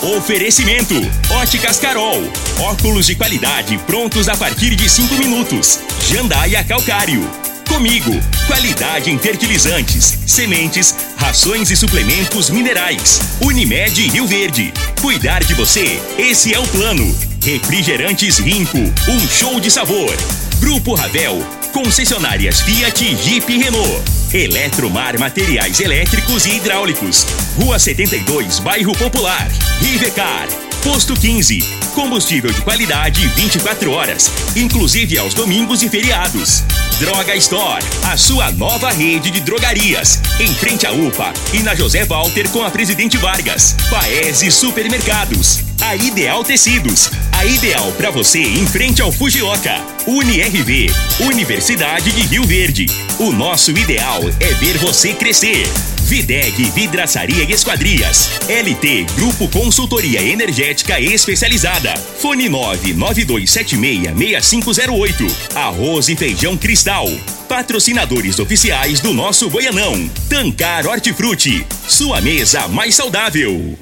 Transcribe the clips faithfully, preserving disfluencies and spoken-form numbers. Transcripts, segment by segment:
Oferecimento: Óticas Carol. Óculos de qualidade prontos a partir de cinco minutos. Jandaia Calcário. Comigo, qualidade em fertilizantes, sementes, rações e suplementos minerais. Unimed Rio Verde. Cuidar de você, esse é o plano. Refrigerantes Rinco, um show de sabor. Grupo Ravel, concessionárias Fiat, Jeep e Renault. Eletromar Materiais Elétricos e Hidráulicos. Rua setenta e dois, Bairro Popular. Rivecar. Posto quinze. Combustível de qualidade vinte e quatro horas, inclusive aos domingos e feriados. Droga Store, a sua nova rede de drogarias. Em frente à U P A e na José Walter com a Presidente Vargas. Paese Supermercados. A Ideal Tecidos. A ideal para você em frente ao Fujioka. UniRV, Universidade de Rio Verde. O nosso ideal é ver você crescer. Videg Vidraçaria e Esquadrias. L T Grupo Consultoria Energética Especializada. Fone nove nove dois sete seis seis cinco zero oito. Arroz e Feijão Cristal. Patrocinadores oficiais do nosso Goianão. Tancar Hortifruti. Sua mesa mais saudável.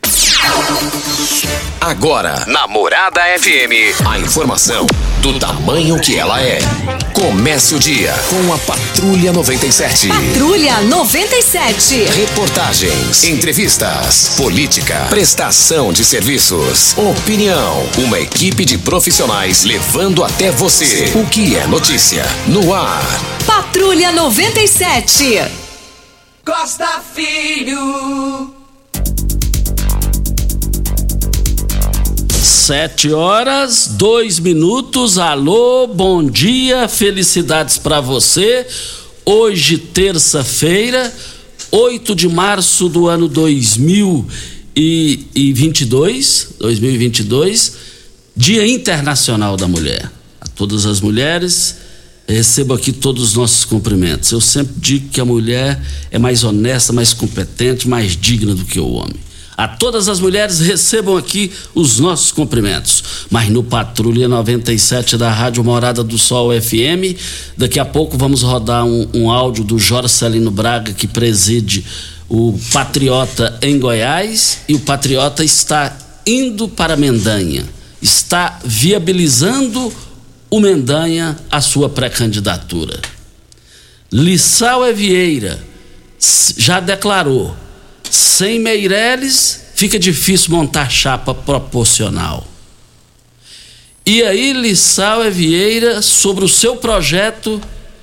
Agora, na Morada F M, a informação do tamanho que ela é. Comece o dia com a Patrulha noventa e sete. Patrulha noventa e sete. Reportagens, entrevistas, política, prestação de serviços, opinião. Uma equipe de profissionais levando até você o que é notícia no ar. Patrulha noventa e sete. Costa Filho. Sete horas, dois minutos. Alô, bom dia, felicidades para você. Hoje, terça-feira, oito de março do ano dois mil e vinte e dois, dois mil e vinte e dois, Dia Internacional da Mulher. A todas as mulheres, recebo aqui todos os nossos cumprimentos. Eu sempre digo que a mulher é mais honesta, mais competente, mais digna do que o homem. A todas as mulheres, recebam aqui os nossos cumprimentos. Mas no Patrulha noventa e sete da Rádio Morada do Sol F M, daqui a pouco vamos rodar um, um áudio do Jorcelino Braga, que preside o Patriota em Goiás, e o Patriota está indo para Mendanha, está viabilizando o Mendanha a sua pré-candidatura. Lissau Vieira já declarou: sem Meireles fica difícil montar chapa proporcional. E aí, Lissau Vieira, sobre o seu projeto,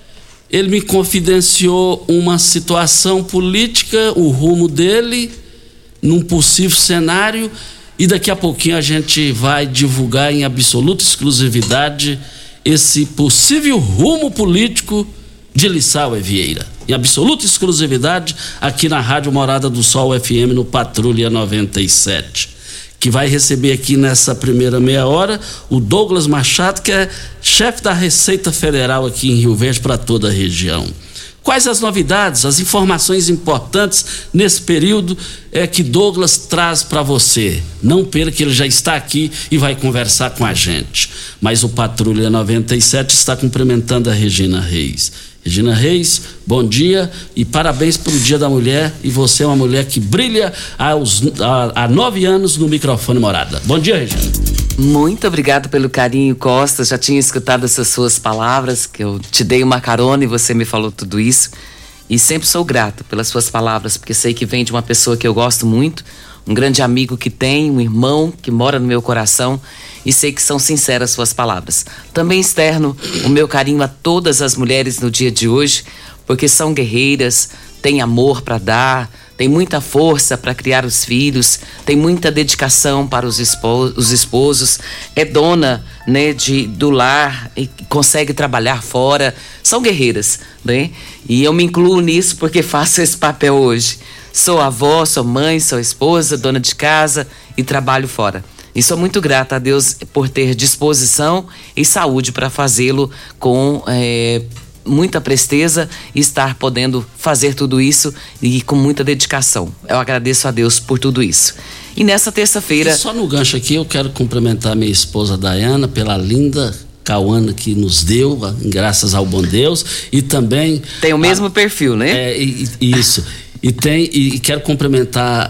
ele me confidenciou uma situação política, o rumo dele, num possível cenário, e daqui a pouquinho a gente vai divulgar em absoluta exclusividade esse possível rumo político de Lissau Vieira, em absoluta exclusividade, aqui na Rádio Morada do Sol F M, no Patrulha noventa e sete, que vai receber aqui nessa primeira meia hora o Douglas Machado, que é chefe da Receita Federal aqui em Rio Verde para toda a região. Quais as novidades, as informações importantes nesse período é que Douglas traz para você? Não perca, que ele já está aqui e vai conversar com a gente. Mas o Patrulha noventa e sete está cumprimentando a Regina Reis. Regina Reis, bom dia e parabéns pelo Dia da Mulher, e você é uma mulher que brilha aos, há, há nove anos no microfone Morada. Bom dia, Regina. Muito obrigado pelo carinho, Costa. Já tinha escutado essas suas palavras, que eu te dei uma carona e você me falou tudo isso. E sempre sou grata pelas suas palavras, porque sei que vem de uma pessoa que eu gosto muito, um grande amigo que tem, um irmão que mora no meu coração, e sei que são sinceras suas palavras. Também externo o meu carinho a todas as mulheres no dia de hoje, porque são guerreiras, têm amor para dar, tem muita força para criar os filhos, tem muita dedicação para os, esposos, os esposos, é dona, né, de, do lar e consegue trabalhar fora, são guerreiras, né? E eu me incluo nisso porque faço esse papel hoje. Sou avó, sou mãe, sou esposa, dona de casa e trabalho fora. E sou muito grata a Deus por ter disposição e saúde para fazê-lo com é, muita presteza e estar podendo fazer tudo isso e com muita dedicação. Eu agradeço a Deus por tudo isso. E nessa terça-feira... Só no gancho aqui, eu quero cumprimentar minha esposa Dayana pela linda Cauana que nos deu, graças ao bom Deus, e também... Tem o mesmo a, perfil, né? É, e, e isso. E, tem, e quero cumprimentar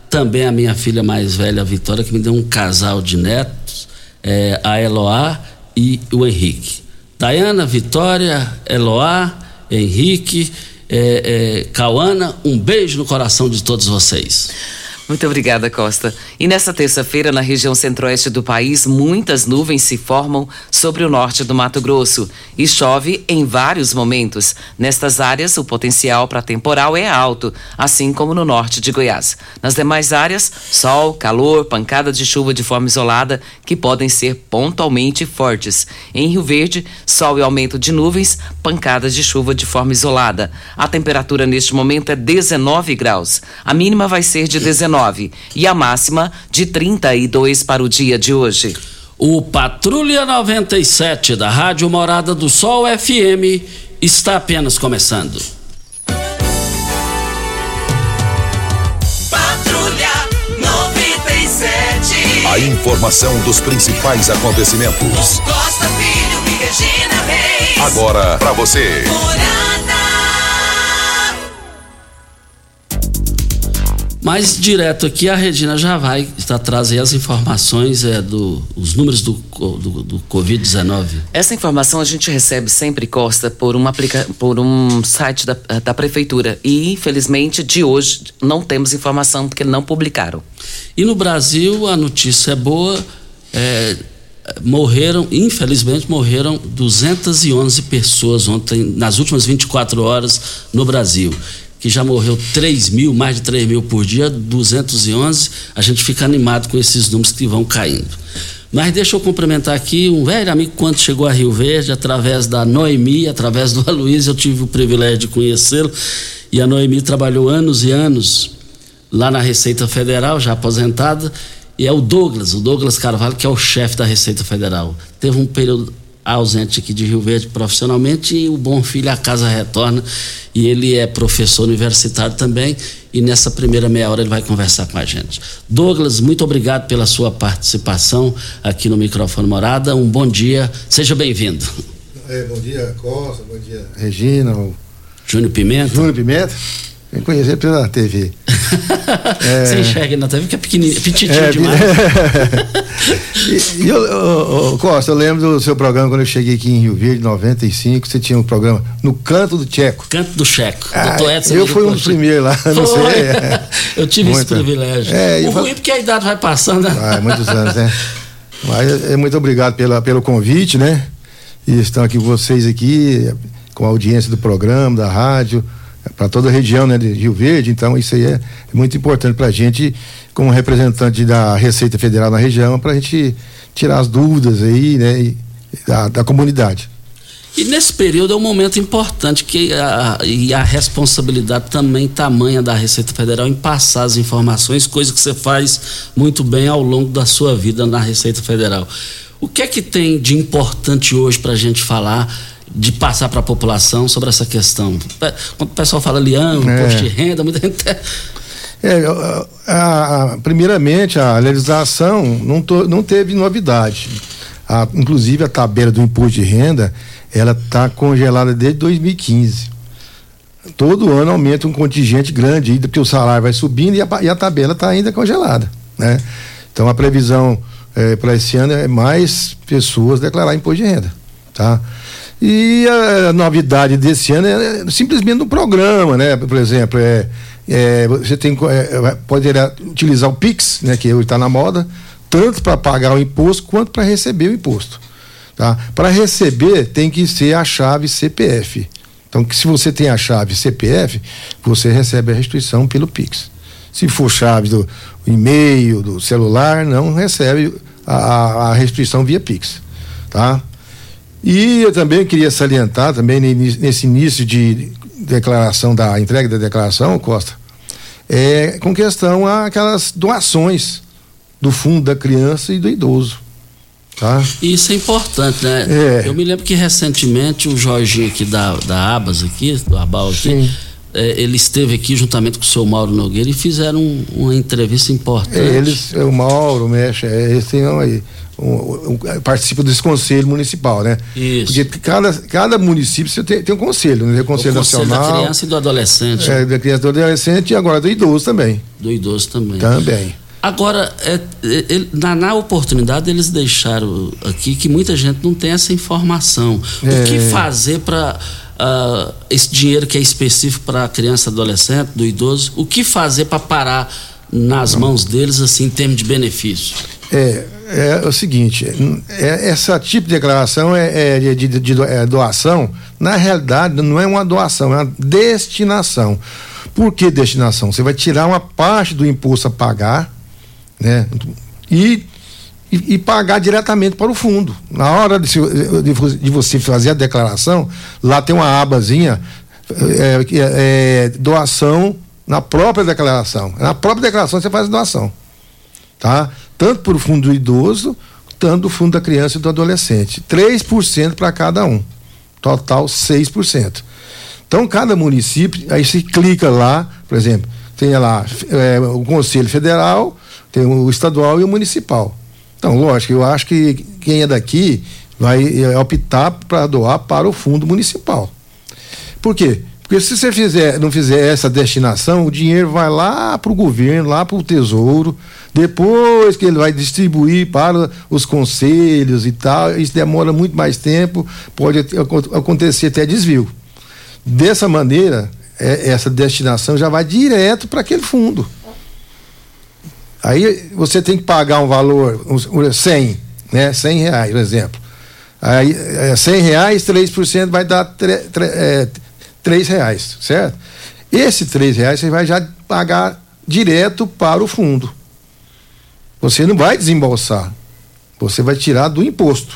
também a minha filha mais velha, a Vitória, que me deu um casal de netos, é, a Eloá e o Henrique. Dayana, Vitória, Eloá, Henrique, é, é, Cauana, um beijo no coração de todos vocês. Muito obrigada, Costa. E nessa terça-feira, na região centro-oeste do país, muitas nuvens se formam sobre o norte do Mato Grosso e chove em vários momentos. Nestas áreas, o potencial para temporal é alto, assim como no norte de Goiás. Nas demais áreas, sol, calor, pancada de chuva de forma isolada, que podem ser pontualmente fortes. Em Rio Verde, sol e aumento de nuvens, pancadas de chuva de forma isolada. A temperatura neste momento é dezenove graus. A mínima vai ser de dezenove e a máxima de trinta e dois para o dia de hoje. O Patrulha noventa e sete da Rádio Morada do Sol F M está apenas começando. Patrulha noventa e sete. A informação dos principais acontecimentos. Costa Filho e Regina Reis. Agora pra você. Mais direto aqui, a Regina já vai estar trazendo as informações é, do, os números do, do, do covid dezenove. Essa informação a gente recebe sempre, Costa, por, uma aplica, por um site da, da prefeitura. E, infelizmente, de hoje não temos informação porque não publicaram. E no Brasil, a notícia é boa. É, morreram, infelizmente, morreram duzentas e onze pessoas ontem, nas últimas vinte e quatro horas no Brasil. Que já morreu três mil, mais de três mil por dia, duzentos e onze, a gente fica animado com esses números que vão caindo. Mas deixa eu cumprimentar aqui um velho amigo quando chegou a Rio Verde, através da Noemi, através do Aloysio, eu tive o privilégio de conhecê-lo, e a Noemi trabalhou anos e anos lá na Receita Federal, já aposentada, e é o Douglas, o Douglas Carvalho, que é o chefe da Receita Federal. Teve um período ausente aqui de Rio Verde profissionalmente e o bom filho a casa retorna, e ele é professor universitário também, e nessa primeira meia hora ele vai conversar com a gente. Douglas, muito obrigado pela sua participação aqui no Microfone Morada, um bom dia, seja bem-vindo. É, bom dia, Costa, bom dia, Regina, o Júnior Pimenta. Júnior Pimenta, vem conhecer pela T V. É... Você enxerga na T V que é pequenininho, petitinho é, demais. e, e eu, eu, eu, Costa, eu lembro do seu programa quando eu cheguei aqui em Rio Verde, em noventa e cinco, você tinha um programa no Canto do Tcheco. Canto do Checo. Ah, eu fui um dos primeiros lá, não Foi. sei. É. Eu tive muito, esse privilégio. É, o ruim é porque a idade vai passando. Ah, muitos anos, né? Mas é, muito obrigado pela, pelo convite, né? E estão aqui vocês aqui, com a audiência do programa, da rádio, para toda a região, né, de Rio Verde. Então isso aí é, é muito importante para a gente, como representante da Receita Federal na região, para a gente tirar as dúvidas aí, né, e, da, da comunidade. E nesse período é um momento importante que a, e a responsabilidade também tamanha da Receita Federal em passar as informações, coisa que você faz muito bem ao longo da sua vida na Receita Federal. O que é que tem de importante hoje para a gente falar, de passar para a população sobre essa questão? Quando o pessoal fala Leão, é. Imposto de renda, muita gente... É, a, a, primeiramente, a legislação não, to, não teve novidade. A, inclusive, a tabela do imposto de renda, ela está congelada desde dois mil e quinze. Todo ano aumenta um contingente grande, porque o salário vai subindo e a, e a tabela está ainda congelada, né? Então, a previsão é, para esse ano é mais pessoas declarar imposto de renda, tá? E a novidade desse ano é simplesmente no programa, né? Por exemplo, é, é, você tem, é, poderia utilizar o Pix, né? Que hoje está na moda, tanto para pagar o imposto quanto para receber o imposto, tá? Para receber tem que ser a chave C P F. Então, que se você tem a chave C P F, você recebe a restituição pelo Pix. Se for chave do e-mail, do celular, não recebe a, a restituição via Pix, tá? E eu também queria salientar, também nesse início de declaração, da entrega da declaração, Costa, é com questão àquelas doações do fundo da criança e do idoso, tá? Isso é importante, né? É. Eu me lembro que recentemente o Jorginho aqui da, da Abas aqui, do Arbal aqui, é, ele esteve aqui juntamente com o seu Mauro Nogueira e fizeram um, uma entrevista importante. É, eles, o Mauro, mexe, é, eles têm aí, um, um, participa desse conselho municipal, né? Isso. Porque cada, cada município você tem, tem um conselho, né? Tem o Conselho o Conselho Nacional. da Criança e do Adolescente. É, da criança e do adolescente e agora do idoso também. Do idoso também. Também. Agora, é, é, na, na oportunidade, eles deixaram aqui que muita gente não tem essa informação. É. O que fazer para uh, esse dinheiro que é específico para a criança e adolescente, do idoso, o que fazer para parar nas não. mãos deles, assim, em termos de benefício? É, é o seguinte, é, essa tipo de declaração é, é de, de, de é doação, na realidade não é uma doação, é uma destinação. Por que destinação? Você vai tirar uma parte do imposto a pagar, né? E, e, e pagar diretamente para o fundo. Na hora de, de, de você fazer a declaração, lá tem uma abazinha, é, é, doação na própria declaração. Na própria declaração você faz a doação, tá? Tanto para o fundo do idoso, tanto do fundo da criança e do adolescente. três por cento para cada um. Total seis por cento. Então, cada município, aí você clica lá, por exemplo, tem lá é, o Conselho Federal, tem o estadual e o municipal. Então, lógico, eu acho que quem é daqui vai optar para doar para o fundo municipal. Por quê? Porque se você fizer, não fizer essa destinação, o dinheiro vai lá para o governo, lá para o tesouro, depois que ele vai distribuir para os conselhos e tal, isso demora muito mais tempo, pode acontecer até desvio. Dessa maneira, é, essa destinação já vai direto para aquele fundo. Aí você tem que pagar um valor, um, cem, né? cem reais, por exemplo. Aí, é, cem reais, três por cento vai dar tre, tre, é, três reais, certo? Esse três reais você vai já pagar direto para o fundo. Você não vai desembolsar, você vai tirar do imposto.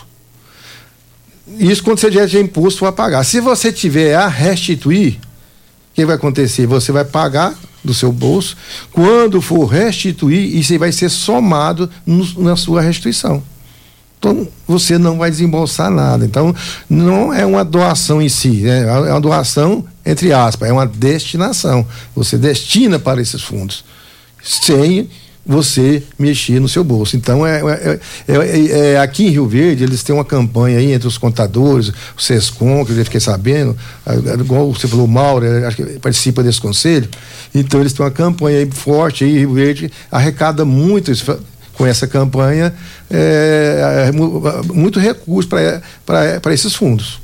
Isso quando você já tem imposto vai pagar. Se você tiver a restituir, o que vai acontecer? Você vai pagar do seu bolso, quando for restituir, isso vai ser somado no, na sua restituição. Então, você não vai desembolsar nada. Então, não é uma doação em si, né? É uma doação, entre aspas, é uma destinação. Você destina para esses fundos, sem você mexer no seu bolso. Então, é, é, é, é, aqui em Rio Verde, eles têm uma campanha aí entre os contadores, o SESCOM, que eu fiquei sabendo, igual você falou, o Mauro, acho que participa desse conselho. Então, eles têm uma campanha aí forte aí, Rio Verde arrecada muito isso, com essa campanha, é, muito recurso para esses fundos.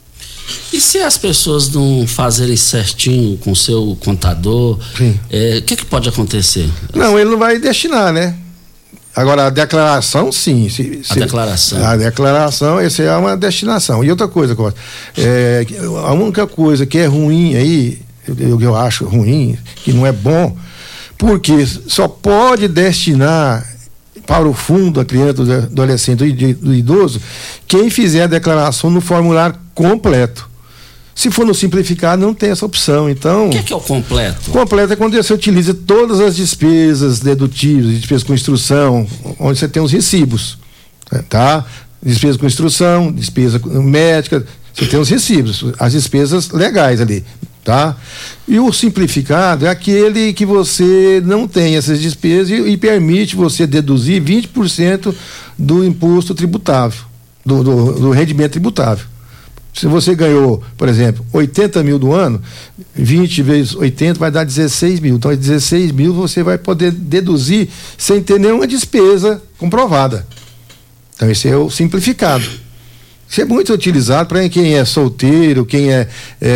E se as pessoas não fazerem certinho com o seu contador, o é, que, que pode acontecer? Não, ele não vai destinar, né? Agora, a declaração, sim. Se, a se, declaração. A declaração, essa é uma destinação. E outra coisa, Costa, é, a única coisa que é ruim aí, eu, eu acho ruim, que não é bom, porque só pode destinar para o fundo da criança, do adolescente e do idoso, quem fizer a declaração no formulário completo. Se for no simplificado, não tem essa opção. Então, o que é, que é o completo? Completo é quando você utiliza todas as despesas dedutíveis, despesas com instrução, onde você tem os recibos, tá? Despesa com instrução, despesa médica, você tem os recibos, as despesas legais ali, tá? E o simplificado é aquele que você não tem essas despesas e, e permite você deduzir vinte por cento do imposto tributável, do, do, do rendimento tributável. Se você ganhou, por exemplo, oitenta mil do ano, vinte vezes oitenta vai dar dezesseis mil. Então, dezesseis mil você vai poder deduzir sem ter nenhuma despesa comprovada. Então, esse é o simplificado. Isso é muito utilizado para quem é solteiro, quem é,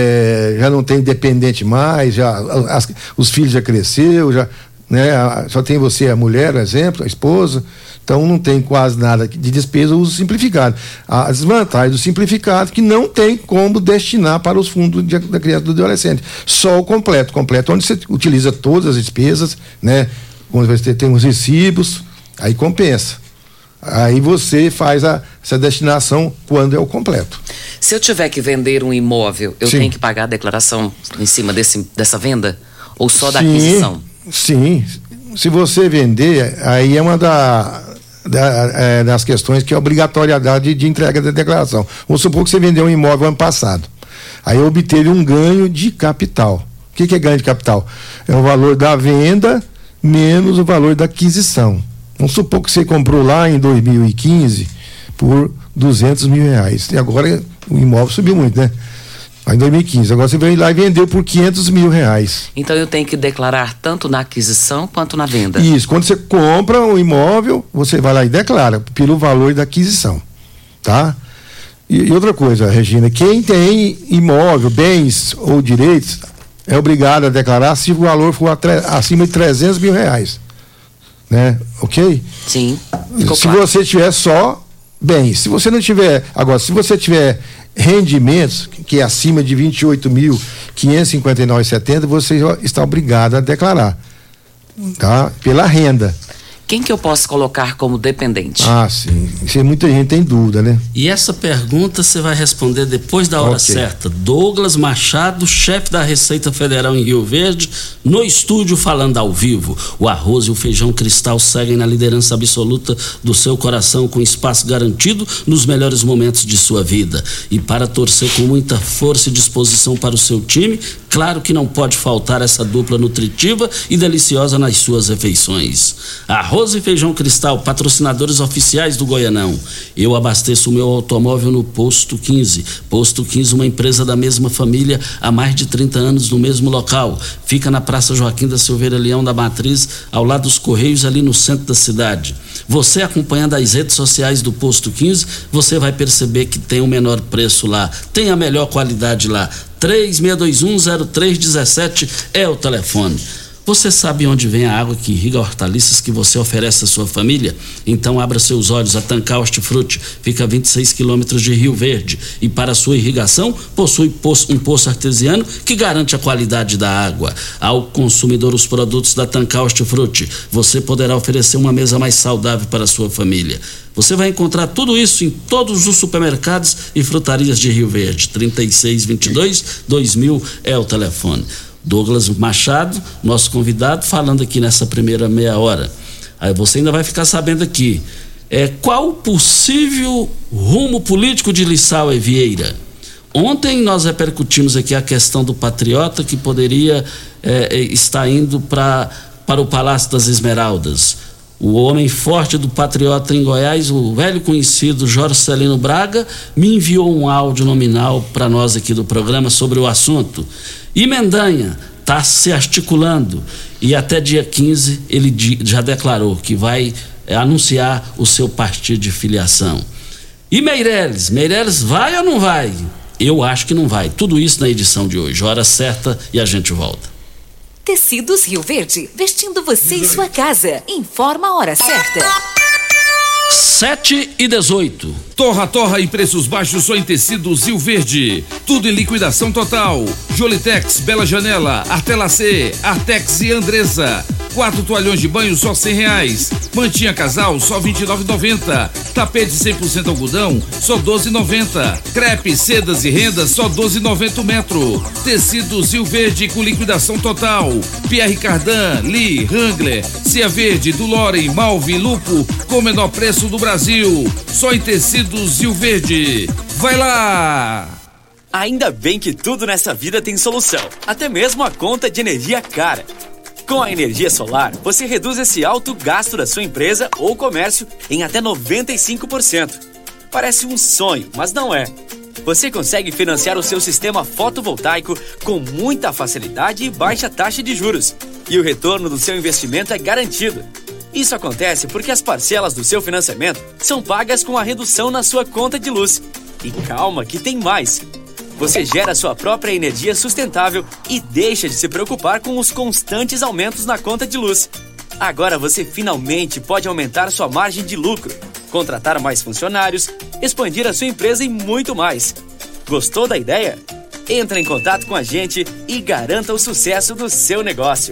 é já não tem dependente mais, já, as, os filhos já cresceu, já, né, a, só tem você, a mulher, por exemplo, a esposa. Então não tem quase nada de despesa, uso simplificado. A desvantagem do simplificado é que não tem como destinar para os fundos de, da criança e do adolescente. Só o completo, completo, onde você utiliza todas as despesas, né? Onde você tem os recibos, aí compensa. Aí você faz a, essa destinação quando é o completo. Se eu tiver que vender um imóvel, eu Sim. tenho que pagar a declaração em cima desse, dessa venda? Ou só da sim, aquisição? Sim. Se você vender, aí é uma da, da, é, das questões que é obrigatoriedade de, de entrega da declaração. Vamos supor que você vendeu um imóvel ano passado. Aí obteve um ganho de capital. O que, que é ganho de capital? É o valor da venda menos o valor da aquisição. Vamos supor que você comprou lá em dois mil e quinze por duzentos mil reais. E agora o imóvel subiu muito, né? Lá em dois mil e quinze. Agora você veio lá e vendeu por quinhentos mil reais. Então eu tenho que declarar tanto na aquisição quanto na venda? Isso. Quando você compra o imóvel, você vai lá e declara pelo valor da aquisição. Tá? E, e outra coisa, Regina, quem tem imóvel, bens ou direitos é obrigado a declarar se o valor for atre, acima de trezentos mil reais. Né? Ok? Sim. Se claro. Você tiver só bens, se você não tiver, agora, se você tiver rendimentos, que é acima de vinte e oito mil quinhentos e cinquenta e nove reais e setenta centavos, você está obrigado a declarar, tá? Pela renda. Quem que eu posso colocar como dependente? Ah, sim. Isso aí muita gente tem dúvida, né? E essa pergunta você vai responder depois da hora okay. certa. Douglas Machado, chefe da Receita Federal em Rio Verde, no estúdio falando ao vivo. O arroz e o feijão Cristal seguem na liderança absoluta do seu coração, com espaço garantido nos melhores momentos de sua vida. E para torcer com muita força e disposição para o seu time, claro que não pode faltar essa dupla nutritiva e deliciosa nas suas refeições. Arroz Arroz e Feijão Cristal, patrocinadores oficiais do Goianão. Eu abasteço o meu automóvel no Posto quinze. Posto quinze, uma empresa da mesma família há mais de trinta anos no mesmo local. Fica na Praça Joaquim da Silveira Leão da Matriz, ao lado dos Correios, ali no centro da cidade. Você acompanhando as redes sociais do Posto quinze, você vai perceber que tem o menor preço lá, tem a melhor qualidade lá. três seis dois um zero três um sete é o telefone. Você sabe onde vem a água que irriga hortaliças que você oferece à sua família? Então abra seus olhos. A Tancar Hortifruti fica a vinte e seis quilômetros de Rio Verde e para sua irrigação possui um poço artesiano que garante a qualidade da água. Ao consumidor os produtos da Tancar Hortifruti, você poderá oferecer uma mesa mais saudável para a sua família. Você vai encontrar tudo isso em todos os supermercados e frutarias de Rio Verde. trinta e seis vinte e dois dois mil é o telefone. Douglas Machado, nosso convidado, falando aqui nessa primeira meia hora. Aí você ainda vai ficar sabendo aqui, é, qual o possível rumo político de Lissau e Vieira. Ontem nós repercutimos aqui a questão do Patriota, que poderia é, estar indo pra, para o Palácio das Esmeraldas. O homem forte do Patriota em Goiás, o velho conhecido Jorge Celino Braga, me enviou um áudio nominal para nós aqui do programa sobre o assunto. E Mendanha está se articulando e até dia quinze ele já declarou que vai é, anunciar o seu partido de filiação. E Meireles, Meireles vai ou não vai? Eu acho que não vai. Tudo isso na edição de hoje. Hora certa e a gente volta. Tecidos Rio Verde, vestindo você e sua casa. Informa a hora certa. sete e dezoito. Torra, torra e preços baixos só em Tecidos Rio Verde. Tudo em liquidação total. Jolitex, Bela Janela, Artelacê, Artex e Andresa. Quatro toalhões de banho só cem reais. Mantinha casal só vinte e nove reais e noventa centavos. Tapete cem por cento algodão só doze reais e noventa centavos. Crepe, sedas e rendas só doze reais e noventa centavos o metro. Tecidos Rio Verde com liquidação total. Pierre Cardin, Lee, Wrangler, Cia Verde, Dulore, Malve, Lupo com o menor preço do Brasil. Só em Tecidos Rio Verde. Vai lá! Ainda bem que tudo nessa vida tem solução. Até mesmo a conta de energia cara. Com a energia solar, você reduz esse alto gasto da sua empresa ou comércio em até noventa e cinco por cento. Parece um sonho, mas não é. Você consegue financiar o seu sistema fotovoltaico com muita facilidade e baixa taxa de juros. E o retorno do seu investimento é garantido. Isso acontece porque as parcelas do seu financiamento são pagas com a redução na sua conta de luz. E calma que tem mais! Você gera sua própria energia sustentável e deixa de se preocupar com os constantes aumentos na conta de luz. Agora você finalmente pode aumentar sua margem de lucro, contratar mais funcionários, expandir a sua empresa e muito mais. Gostou da ideia? Entre em contato com a gente e garanta o sucesso do seu negócio.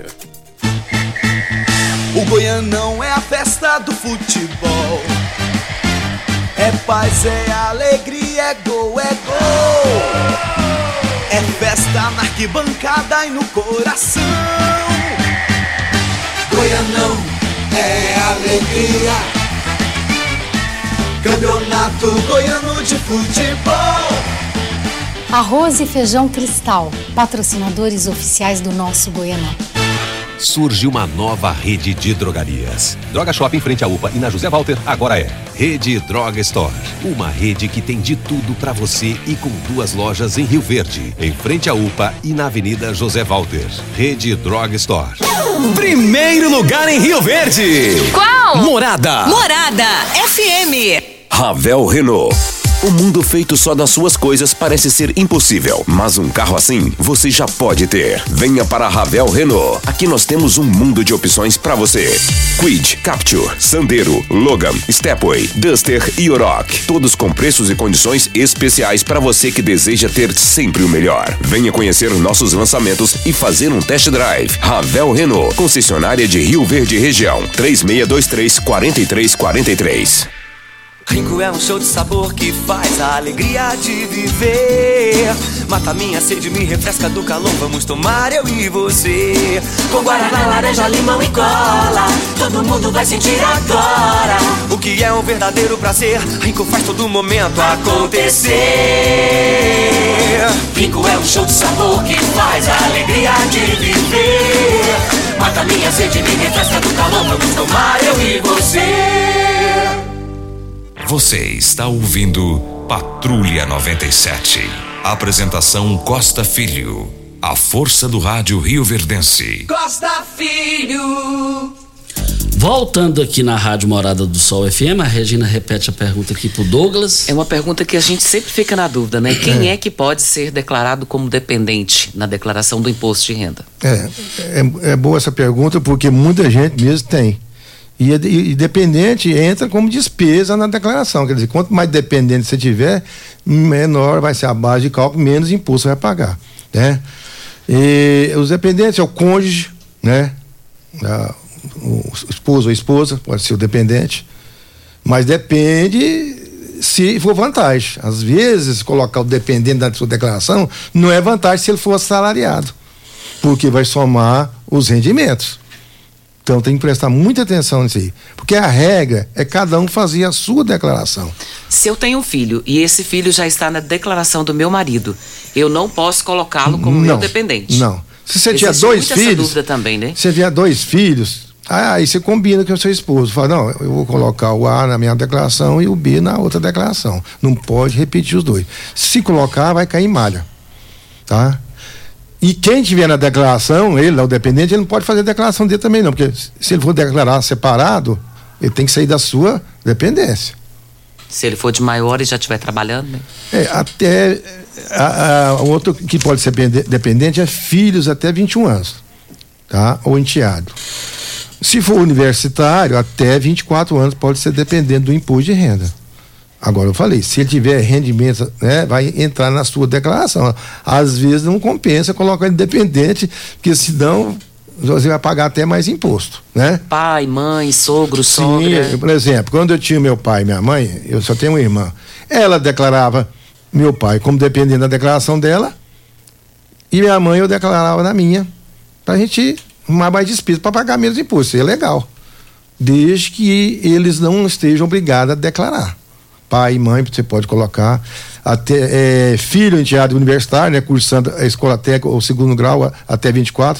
O Goianão é a festa do futebol. É paz, é alegria, é gol, é gol. É festa na arquibancada e no coração. Goianão é alegria. Campeonato Goiano de Futebol. Arroz e Feijão Cristal, patrocinadores oficiais do nosso Goianão. surge uma nova rede de drogarias. Droga Shop em frente à U P A e na José Walter agora é Rede Droga Store. Uma rede que tem de tudo pra você e com duas lojas em Rio Verde, em frente à U P A e na Avenida José Walter. Rede Droga Store. Primeiro lugar em Rio Verde. Qual? Morada. Morada F M. Ravel Renault. O mundo feito só das suas coisas parece ser impossível, mas um carro assim você já pode ter. Venha para a Ravel Renault. Aqui nós temos um mundo de opções para você. Kwid, Captur, Sandero, Logan, Stepway, Duster e Oroch. Todos com preços e condições especiais para você que deseja ter sempre o melhor. Venha conhecer nossos lançamentos e fazer um test drive. Ravel Renault, concessionária de Rio Verde região. três seis dois três, quatro três quatro três. Rinco é um show de sabor que faz a alegria de viver. Mata minha sede, me refresca do calor. Vamos tomar eu e você. Com guaraná, laranja, limão e cola, todo mundo vai sentir agora o que é um verdadeiro prazer. Rinco faz todo momento acontecer. Rinco é um show de sabor que faz a alegria de viver. Mata minha sede, me refresca do calor. Vamos tomar eu e você. Você está ouvindo Patrulha noventa e sete. Apresentação Costa Filho. A força do rádio rioverdense. Costa Filho. Voltando aqui na Rádio Morada do Sol F M, a Regina repete a pergunta aqui pro Douglas. É uma pergunta que a gente sempre fica na dúvida, né? Quem é que pode ser declarado como dependente na declaração do imposto de renda? É, é, é boa essa pergunta porque muita gente mesmo tem. E, e, e dependente entra como despesa na declaração. Quer dizer, quanto mais dependente você tiver, menor vai ser a base de cálculo, menos imposto você vai pagar, né? E os dependentes é o cônjuge, né? A, o esposo ou esposa, pode ser o dependente, mas depende se for vantagem. Às vezes, colocar o dependente na sua declaração não é vantagem se ele for assalariado, porque vai somar os rendimentos. Então tem que prestar muita atenção nisso aí, porque a regra é cada um fazer a sua declaração. Se eu tenho um filho e esse filho já está na declaração do meu marido, eu não posso colocá-lo como não, meu dependente. Não. Se você Existe tiver dois muita filhos, essa dúvida também, né? Se você tiver dois filhos, aí você combina com o seu esposo. Fala, não, eu vou colocar o A na minha declaração e o B na outra declaração. Não pode repetir os dois. Se colocar, vai cair em malha, tá? E quem tiver na declaração, ele, o dependente, ele não pode fazer a declaração dele também não, porque se ele for declarar separado, ele tem que sair da sua dependência. Se ele for de maior e já estiver trabalhando, né? É, até a, a, outro que pode ser dependente é filhos até vinte e um anos, tá? Ou enteado. Se for universitário, até vinte e quatro anos pode ser dependente do imposto de renda. Agora eu falei, se ele tiver rendimento, né, vai entrar na sua declaração. Às vezes não compensa colocar ele dependente, porque senão você vai pagar até mais imposto, né? Pai, mãe, sogro, Sim, sogra. por exemplo, quando eu tinha meu pai e minha mãe, eu só tenho uma irmã. Ela declarava meu pai como dependente da declaração dela e minha mãe eu declarava na minha, pra gente arrumar mais despesa para pagar menos imposto. Isso é legal, desde que eles não estejam obrigados a declarar. Pai e mãe, você pode colocar, até é, filho enteado universitário, né, cursando a escola técnica ou segundo grau até vinte e quatro.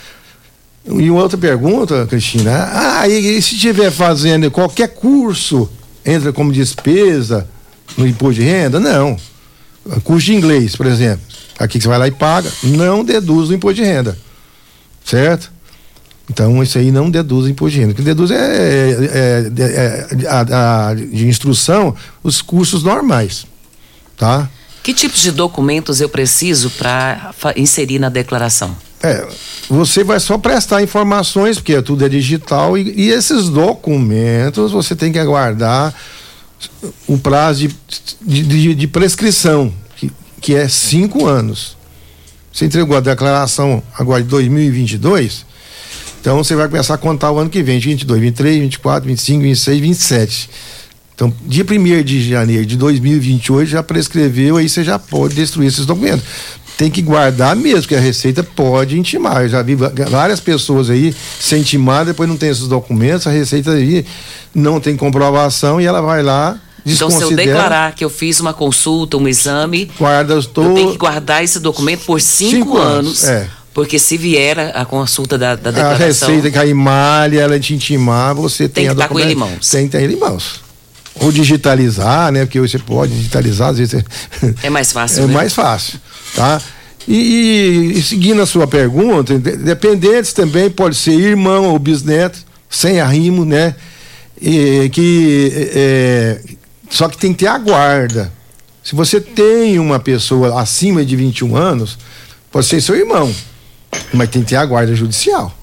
E uma outra pergunta, Cristina, ah, e, e se estiver fazendo qualquer curso, entra como despesa no imposto de renda? Não. Curso de inglês, por exemplo, aqui você vai lá e paga, não deduz o imposto de renda, certo? Então, isso aí não deduz o imposto de renda. O que deduz é, é, é, é a, a, de instrução, os cursos normais, tá? Que tipos de documentos eu preciso para inserir na declaração? É, você vai só prestar informações, porque tudo é digital, e, e esses documentos você tem que aguardar o prazo de, de, de prescrição, que, que é cinco anos. Você entregou a declaração agora de dois mil e vinte e dois, então você vai começar a contar o ano que vem, vinte e dois, vinte e três, vinte e quatro, vinte e cinco, vinte e seis, vinte e sete. Então, dia primeiro de janeiro de dois mil e vinte e oito já prescreveu, aí você já pode destruir esses documentos. Tem que guardar mesmo, que a Receita pode intimar. Eu já vi várias pessoas aí sem intimar, depois não tem esses documentos, a Receita aí não tem comprovação e ela vai lá. Então, se eu declarar que eu fiz uma consulta, um exame, guarda, eu, tô... eu tenho que guardar esse documento por cinco, cinco anos, anos é. Porque se vier a consulta da, da declaração... A receita cair malha, ela te intimar, você tem, tem que a estar com ele em mãos. Tem que ter ele em mãos. Ou digitalizar, né? Porque você pode digitalizar, às vezes... É mais fácil, É né? mais fácil, tá? E, e, e seguindo a sua pergunta, dependentes também pode ser irmão ou bisneto, sem arrimo, né? E, que, é, só que tem que ter a guarda. Se você tem uma pessoa acima de vinte e um anos, pode ser seu irmão, mas tem que ter a guarda judicial,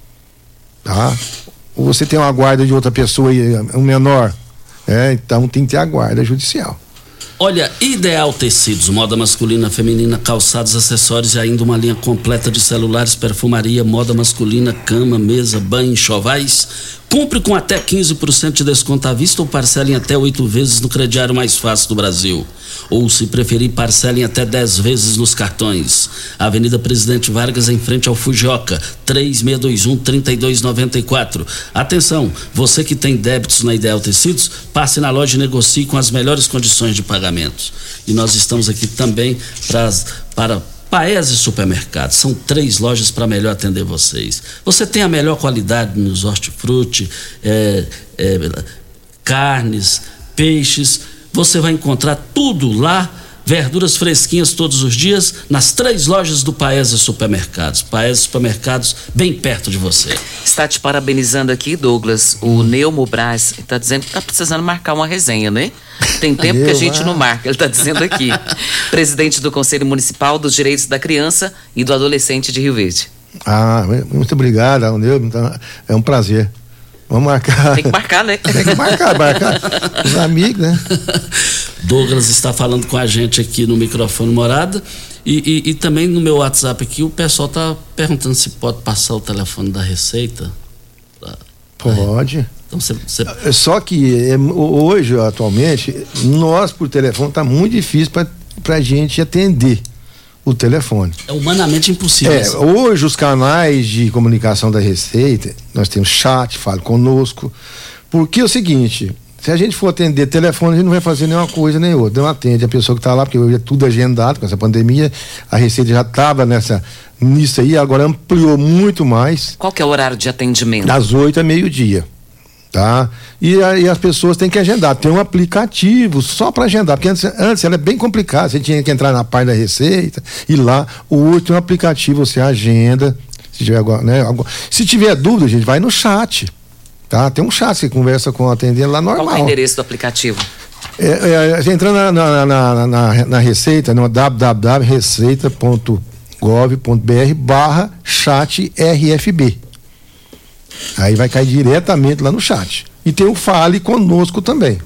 tá? Ou você tem uma guarda de outra pessoa, um menor, é, então tem que ter a guarda judicial. Olha, Ideal Tecidos, moda masculina, feminina, calçados, acessórios e ainda uma linha completa de celulares, perfumaria, moda masculina, cama, mesa, banho, enxovais. Compre com até quinze por cento de desconto à vista ou parcelem até oito vezes no crediário mais fácil do Brasil. Ou, se preferir, parcelem até dez vezes nos cartões. Avenida Presidente Vargas, em frente ao Fujioka, três seis dois um, três dois nove quatro. Atenção, você que tem débitos na Ideal Tecidos, passe na loja e negocie com as melhores condições de pagamento. E nós estamos aqui também pra, para Paese Supermercados. São três lojas para melhor atender vocês. Você tem a melhor qualidade nos hortifruti, é, é, carnes, peixes. Você vai encontrar tudo lá, verduras fresquinhas todos os dias, nas três lojas do Paese Supermercados. Paese Supermercados, bem perto de você. Está te parabenizando aqui, Douglas, o Neumo Braz, está dizendo que está precisando marcar uma resenha, né? Tem tempo que a gente não marca, ele está dizendo aqui. Presidente do Conselho Municipal dos Direitos da Criança e do Adolescente de Rio Verde. Ah, muito obrigado, Neumo, é um prazer. Vamos marcar. Tem que marcar, né? Tem que marcar, marcar. Os amigos, né? Douglas está falando com a gente aqui no microfone Morada e, e, e também no meu WhatsApp aqui o pessoal está perguntando se pode passar o telefone da Receita. Pode. Então, cê, cê... Só que é, hoje, atualmente, nós por telefone está muito difícil para a gente atender o telefone. É humanamente impossível. É, hoje os canais de comunicação da Receita, nós temos chat, fale conosco, porque é o seguinte, se a gente for atender telefone, a gente não vai fazer nenhuma coisa nem outra, não atende a pessoa que está lá, porque hoje é tudo agendado com essa pandemia, a Receita já estava nessa, nisso aí, agora ampliou muito mais. Qual que é o horário de atendimento? Das oito a meio-dia. Tá? E, a, e as pessoas têm que agendar. Tem um aplicativo só para agendar, porque antes, antes era bem complicado. Você tinha que entrar na página da Receita e lá, hoje tem um aplicativo, você agenda. Se tiver, né, se tiver dúvida, gente, vai no chat. Tá? Tem um chat, você conversa com o atendente lá normal. Qual é o endereço do aplicativo? É, é, entrando na, na, na, na, na Receita, no w w w ponto receita ponto gov ponto b r barra chat R F B. Aí vai cair diretamente lá no chat. E tem o Fale Conosco também.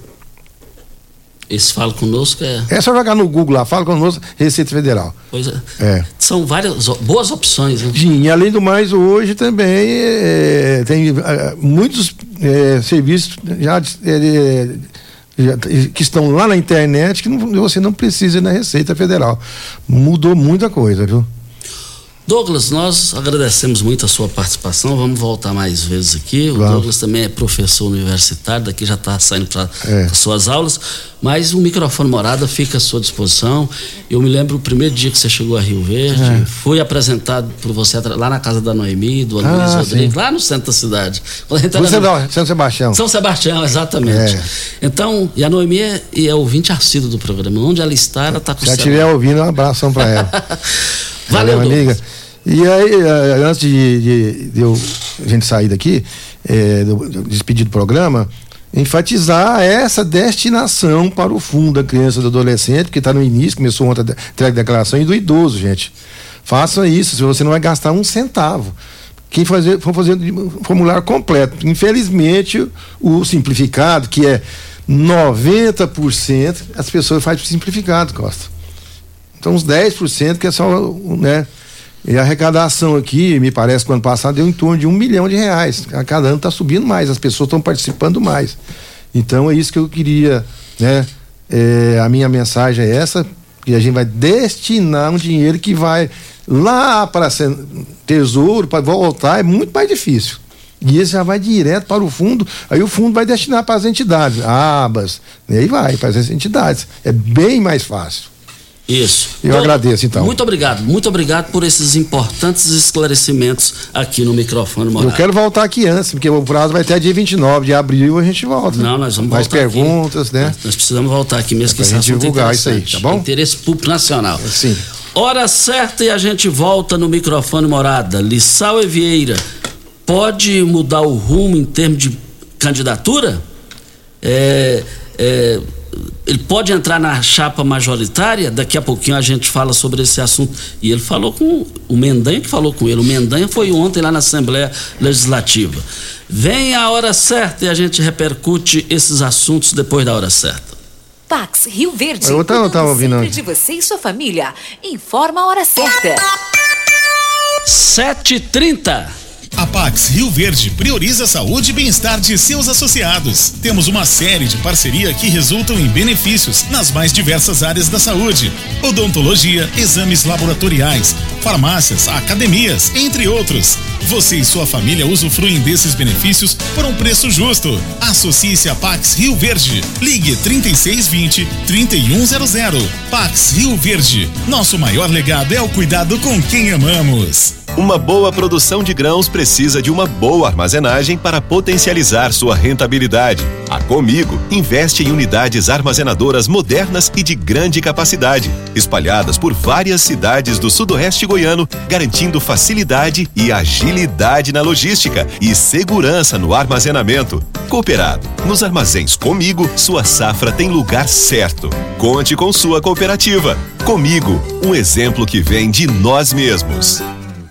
Esse Fale Conosco é... É só jogar no Google lá, Fale Conosco, Receita Federal. Pois é. É. São várias boas opções, né? Sim, e além do mais, hoje também é, tem é, muitos é, serviços já, é, já, que estão lá na internet que não, você não precisa ir na Receita Federal. Mudou muita coisa, viu? Douglas, nós agradecemos muito a sua participação, vamos voltar mais vezes aqui. O Vamos. Douglas também é professor universitário, daqui já está saindo para É. as suas aulas, mas o microfone Morada fica à sua disposição. Eu me lembro o primeiro dia que você chegou a Rio Verde, É. fui apresentado por você lá na casa da Noemi, do Ah, Luiz Rodrigues, sim. lá no centro da cidade. Quando a gente São era- Sebastião. São Sebastião. São Sebastião, exatamente. É. Então, e a Noemi é, e é ouvinte assíduo do programa. Onde ela está, ela está com o Se ela celular. estiver ouvindo, um abração para ela. Valeu, Valeu, amiga. E aí, eh, antes de, de, de eu, a gente sair daqui, eh, do, do despedir do programa, enfatizar essa destinação para o fundo da criança e do adolescente, que está no início, começou ontem a entrega de declaração, e do idoso, gente. Façam isso, se você não vai gastar um centavo. Quem fazer, for fazer o formulário completo. Infelizmente, o simplificado, que é noventa por cento, as pessoas fazem simplificado, Costa. Então, uns dez por cento que é só, né? E a arrecadação aqui, me parece que o ano passado deu em torno de um milhão de reais. A cada ano está subindo mais, as pessoas estão participando mais. Então é isso que eu queria, né? É, a minha mensagem é essa, que a gente vai destinar um dinheiro que vai lá para tesouro, para voltar, é muito mais difícil. E esse já vai direto para o fundo, aí o fundo vai destinar para as entidades, abas, e aí vai, para as entidades. É bem mais fácil. Isso. Eu Bom, agradeço, então. Muito obrigado, muito obrigado por esses importantes esclarecimentos aqui no microfone Morada. Eu quero voltar aqui antes, porque o prazo vai até dia vinte e nove de abril, a gente volta. Não, nós vamos Mais voltar perguntas, aqui. né? Nós, nós precisamos voltar aqui mesmo, é que pra esse gente assunto divulgar é isso aí, tá bom? Interesse público nacional. Sim. Hora certa e a gente volta no microfone Morada. Lissau e Vieira, pode mudar o rumo em termos de candidatura? É, é, ele pode entrar na chapa majoritária? Daqui a pouquinho a gente fala sobre esse assunto. E ele falou com o Mendanha, que falou com ele. O Mendanha foi ontem lá na Assembleia Legislativa. Vem a hora certa e a gente repercute esses assuntos depois da hora certa. Pax Rio Verde, Eu tava, tava ouvindo. sempre de você e sua família. Informa a hora certa. sete e trinta. A Pax Rio Verde prioriza a saúde e bem-estar de seus associados. Temos uma série de parceria que resultam em benefícios nas mais diversas áreas da saúde: odontologia, exames laboratoriais, farmácias, academias, entre outros. Você e sua família usufruem desses benefícios por um preço justo. Associe-se a Pax Rio Verde. Ligue trinta e seis vinte, trinta e um zero zero. Pax Rio Verde. Nosso maior legado é o cuidado com quem amamos. Uma boa produção de grãos precisa de uma boa armazenagem para potencializar sua rentabilidade. A Comigo investe em unidades armazenadoras modernas e de grande capacidade, espalhadas por várias cidades do sudoeste goiano, garantindo facilidade e agilidade na logística e segurança no armazenamento. Cooperado, nos armazéns Comigo, sua safra tem lugar certo. Conte com sua cooperativa. Comigo, um exemplo que vem de nós mesmos.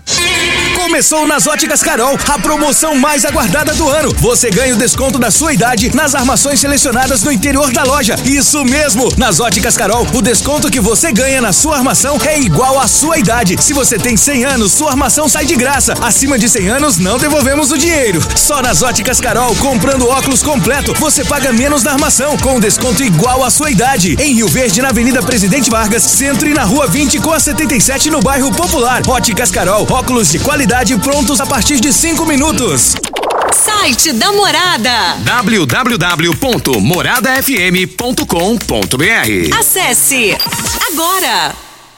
Começou nas Óticas Carol, a promoção mais aguardada do ano. Você ganha o desconto da sua idade nas armações selecionadas no interior da loja. Isso mesmo! Nas Óticas Carol, o desconto que você ganha na sua armação é igual à sua idade. Se você tem cem anos, sua armação sai de graça. Acima de cem anos, não devolvemos o dinheiro. Só nas Óticas Carol, comprando óculos completo, você paga menos na armação, com desconto igual à sua idade. Em Rio Verde, na Avenida Presidente Vargas, Centro e na Rua vinte com a setenta e sete no bairro Popular. Óticas Carol, óculos de qualidade prontos a partir de cinco minutos. Site da Morada w w w ponto morada f m ponto com ponto b r. Acesse agora.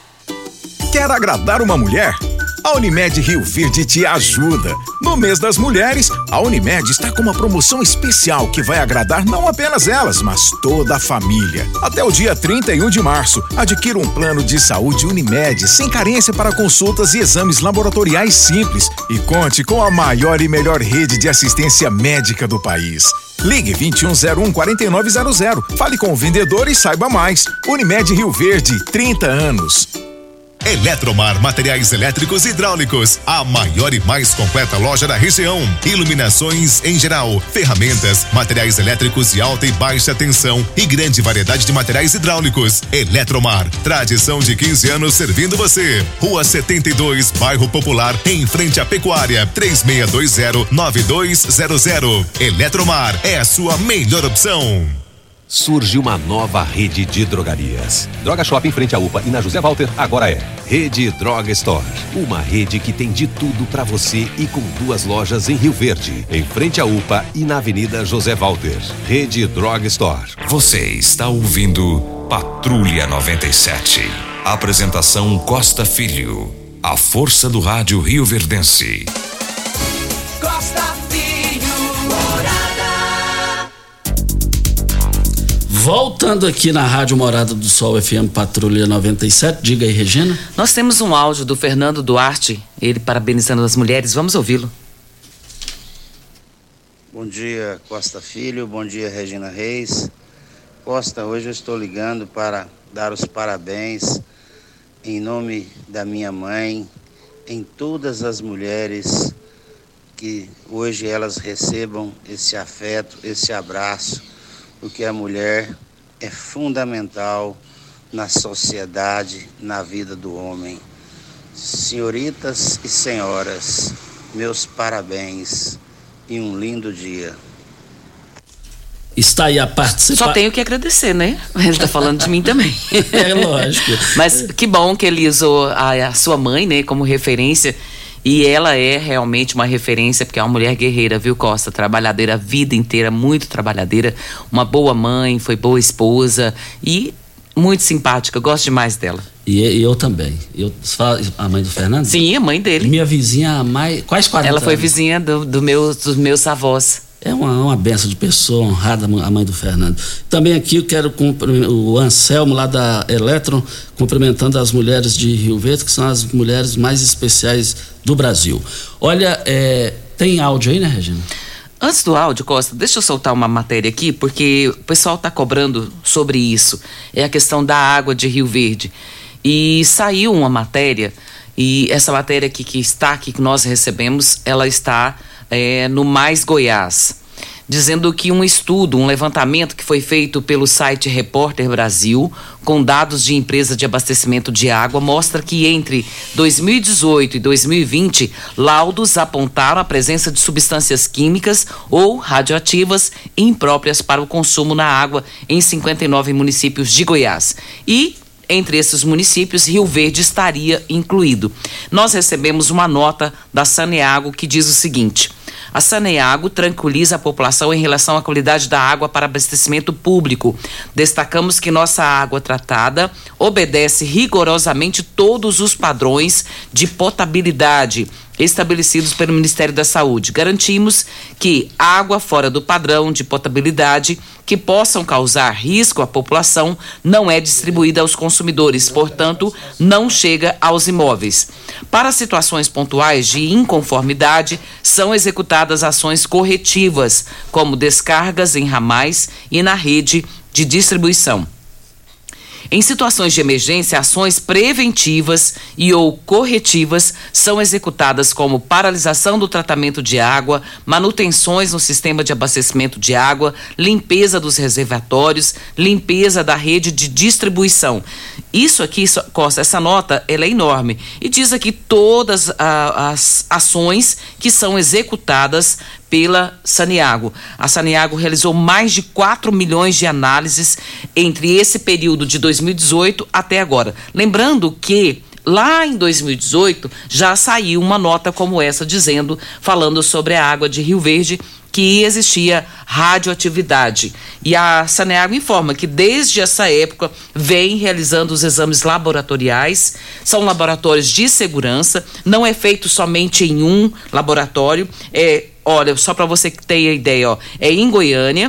Quer agradar uma mulher? A Unimed Rio Verde te ajuda. No mês das mulheres, a Unimed está com uma promoção especial que vai agradar não apenas elas, mas toda a família. Até o dia trinta e um de março, adquira um plano de saúde Unimed sem carência para consultas e exames laboratoriais simples e conte com a maior e melhor rede de assistência médica do país. Ligue vinte e um zero um, quarenta e nove zero zero. Fale com o vendedor e saiba mais. Unimed Rio Verde, trinta anos. Eletromar Materiais Elétricos e Hidráulicos, a maior e mais completa loja da região. Iluminações em geral, ferramentas, materiais elétricos de alta e baixa tensão e grande variedade de materiais hidráulicos. Eletromar, tradição de quinze anos servindo você. Rua setenta e dois, Bairro Popular, em frente à Pecuária, três seis dois zero, nove dois zero zero. Eletromar é a sua melhor opção. Surge uma nova rede de drogarias. Droga Shop em frente à U P A e na José Walter agora é Rede Droga Store. Uma rede que tem de tudo para você e com duas lojas em Rio Verde, em frente à U P A e na Avenida José Walter. Rede Droga Store. Você está ouvindo Patrulha noventa e sete. Apresentação Costa Filho. A força do rádio rioverdense. Costa Filho, Morada. Voltando aqui na Rádio Morada do Sol F M Patrulha noventa e sete, diga aí, Regina. Nós temos um áudio do Fernando Duarte, ele parabenizando as mulheres, vamos ouvi-lo. Bom dia, Costa Filho, bom dia, Regina Reis. Costa, hoje eu estou ligando para dar os parabéns em nome da minha mãe, em todas as mulheres que hoje elas recebam esse afeto, esse abraço, porque a mulher é fundamental na sociedade, na vida do homem. Senhoritas e senhoras, meus parabéns e um lindo dia. Está aí a participação. Só tenho que agradecer, né? Ele está falando de mim também. É lógico. Mas que bom que ele usou a, a sua mãe, né, como referência. E ela é realmente uma referência, porque é uma mulher guerreira, viu, Costa? Trabalhadeira a vida inteira, muito trabalhadeira. Uma boa mãe, foi boa esposa. E Muito simpática, gosto demais dela. E, e eu também. Eu, você fala a mãe do Fernando? Sim, a mãe dele. Minha vizinha, mais, quase quarenta Ela foi anos. vizinha do, do meu, dos meus avós. É uma, uma benção de pessoa, honrada a mãe do Fernando. Também aqui eu quero cumprimentar o Anselmo lá da Eletron, cumprimentando as mulheres de Rio Verde, que são as mulheres mais especiais do Brasil. Olha, é, tem áudio aí, né, Regina? Antes do áudio, Costa, deixa eu soltar uma matéria aqui, porque o pessoal está cobrando sobre isso. É a questão da água de Rio Verde. E saiu uma matéria, e essa matéria aqui que está aqui, que nós recebemos, ela está é, no Mais Goiás, dizendo que um estudo, um levantamento que foi feito pelo site Repórter Brasil, com dados de empresa de abastecimento de água, mostra que entre dois mil e dezoito e dois mil e vinte, laudos apontaram a presença de substâncias químicas ou radioativas impróprias para o consumo na água em cinquenta e nove municípios de Goiás. E entre esses municípios, Rio Verde estaria incluído. Nós recebemos uma nota da Saneago que diz o seguinte: a Saneago tranquiliza a população em relação à qualidade da água para abastecimento público. Destacamos que nossa água tratada obedece rigorosamente todos os padrões de potabilidade estabelecidos pelo Ministério da Saúde. Garantimos que água fora do padrão de potabilidade que possam causar risco à população não é distribuída aos consumidores, portanto, não chega aos imóveis. Para situações pontuais de inconformidade, são executadas ações corretivas, como descargas em ramais e na rede de distribuição. Em situações de emergência, ações preventivas e ou corretivas são executadas como paralisação do tratamento de água, manutenções no sistema de abastecimento de água, limpeza dos reservatórios, limpeza da rede de distribuição. Isso aqui, Costa, essa nota, ela é enorme e diz aqui todas ah, as ações que são executadas pela Saneago. A Saneago realizou mais de quatro milhões de análises entre esse período de dois mil e dezoito até agora. Lembrando que lá em dois mil e dezoito já saiu uma nota como essa dizendo, falando sobre a água de Rio Verde, que existia radioatividade. E a Saneago informa que desde essa época vem realizando os exames laboratoriais, são laboratórios de segurança, não é feito somente em um laboratório, é, olha, só para você ter a ideia, ó, é em Goiânia.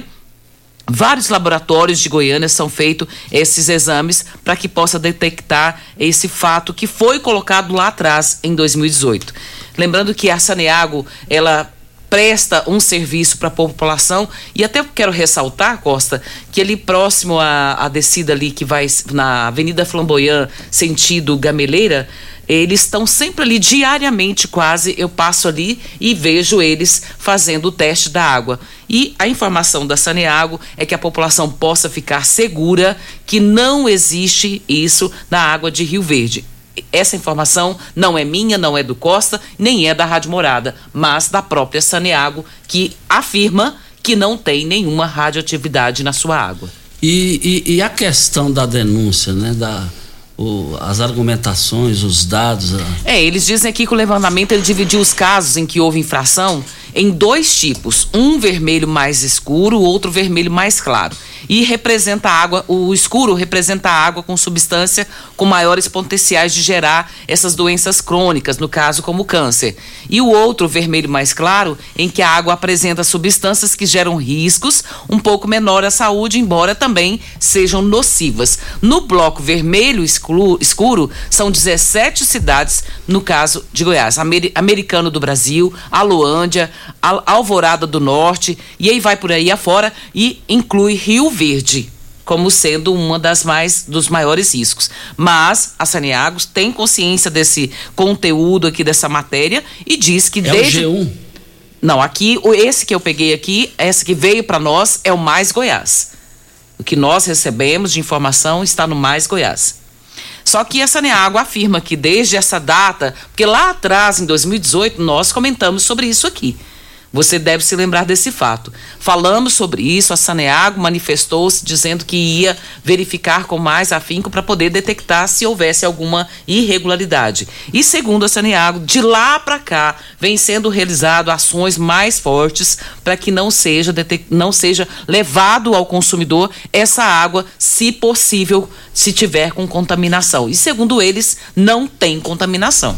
Vários laboratórios de Goiânia são feitos esses exames para que possa detectar esse fato que foi colocado lá atrás em dois mil e dezoito. Lembrando que a Saneago, ela presta um serviço para a população e até quero ressaltar, Costa, que ali próximo à, à descida ali que vai na Avenida Flamboyant, sentido Gameleira, eles estão sempre ali diariamente quase, eu passo ali e vejo eles fazendo o teste da água. E a informação da Saneago é que a população possa ficar segura que não existe isso na água de Rio Verde. Essa informação não é minha, não é do Costa, nem é da Rádio Morada, mas da própria Saneago, que afirma que não tem nenhuma radioatividade na sua água. E, e, e a questão da denúncia, né, da... O, as argumentações, os dados. A... É, eles dizem aqui que o levantamento ele dividiu os casos em que houve infração em dois tipos, um vermelho mais escuro, outro vermelho mais claro. E representa a água, o escuro representa a água com substância com maiores potenciais de gerar essas doenças crônicas, no caso como câncer. E o outro, vermelho mais claro, em que a água apresenta substâncias que geram riscos um pouco menor à saúde, embora também sejam nocivas. No bloco vermelho escuro, escuro são dezessete cidades, no caso de Goiás, Amer, Americano do Brasil, Aloândia, Al, Alvorada do Norte, e aí vai por aí afora e inclui Rio Verde como sendo uma das mais dos maiores riscos. Mas a Saneago tem consciência desse conteúdo aqui dessa matéria e diz que é desde... o G um? Não, aqui, esse que eu peguei aqui, esse que veio para nós é o Mais Goiás. O que nós recebemos de informação está no Mais Goiás. Só que a Saneago afirma que desde essa data, porque lá atrás, em dois mil e dezoito, nós comentamos sobre isso aqui. Você deve se lembrar desse fato. Falamos sobre isso, a Saneago manifestou-se dizendo que ia verificar com mais afinco para poder detectar se houvesse alguma irregularidade. E segundo a Saneago, de lá para cá vem sendo realizado ações mais fortes para que não seja, detect... não seja levado ao consumidor essa água, se possível, se tiver com contaminação. E segundo eles, não tem contaminação.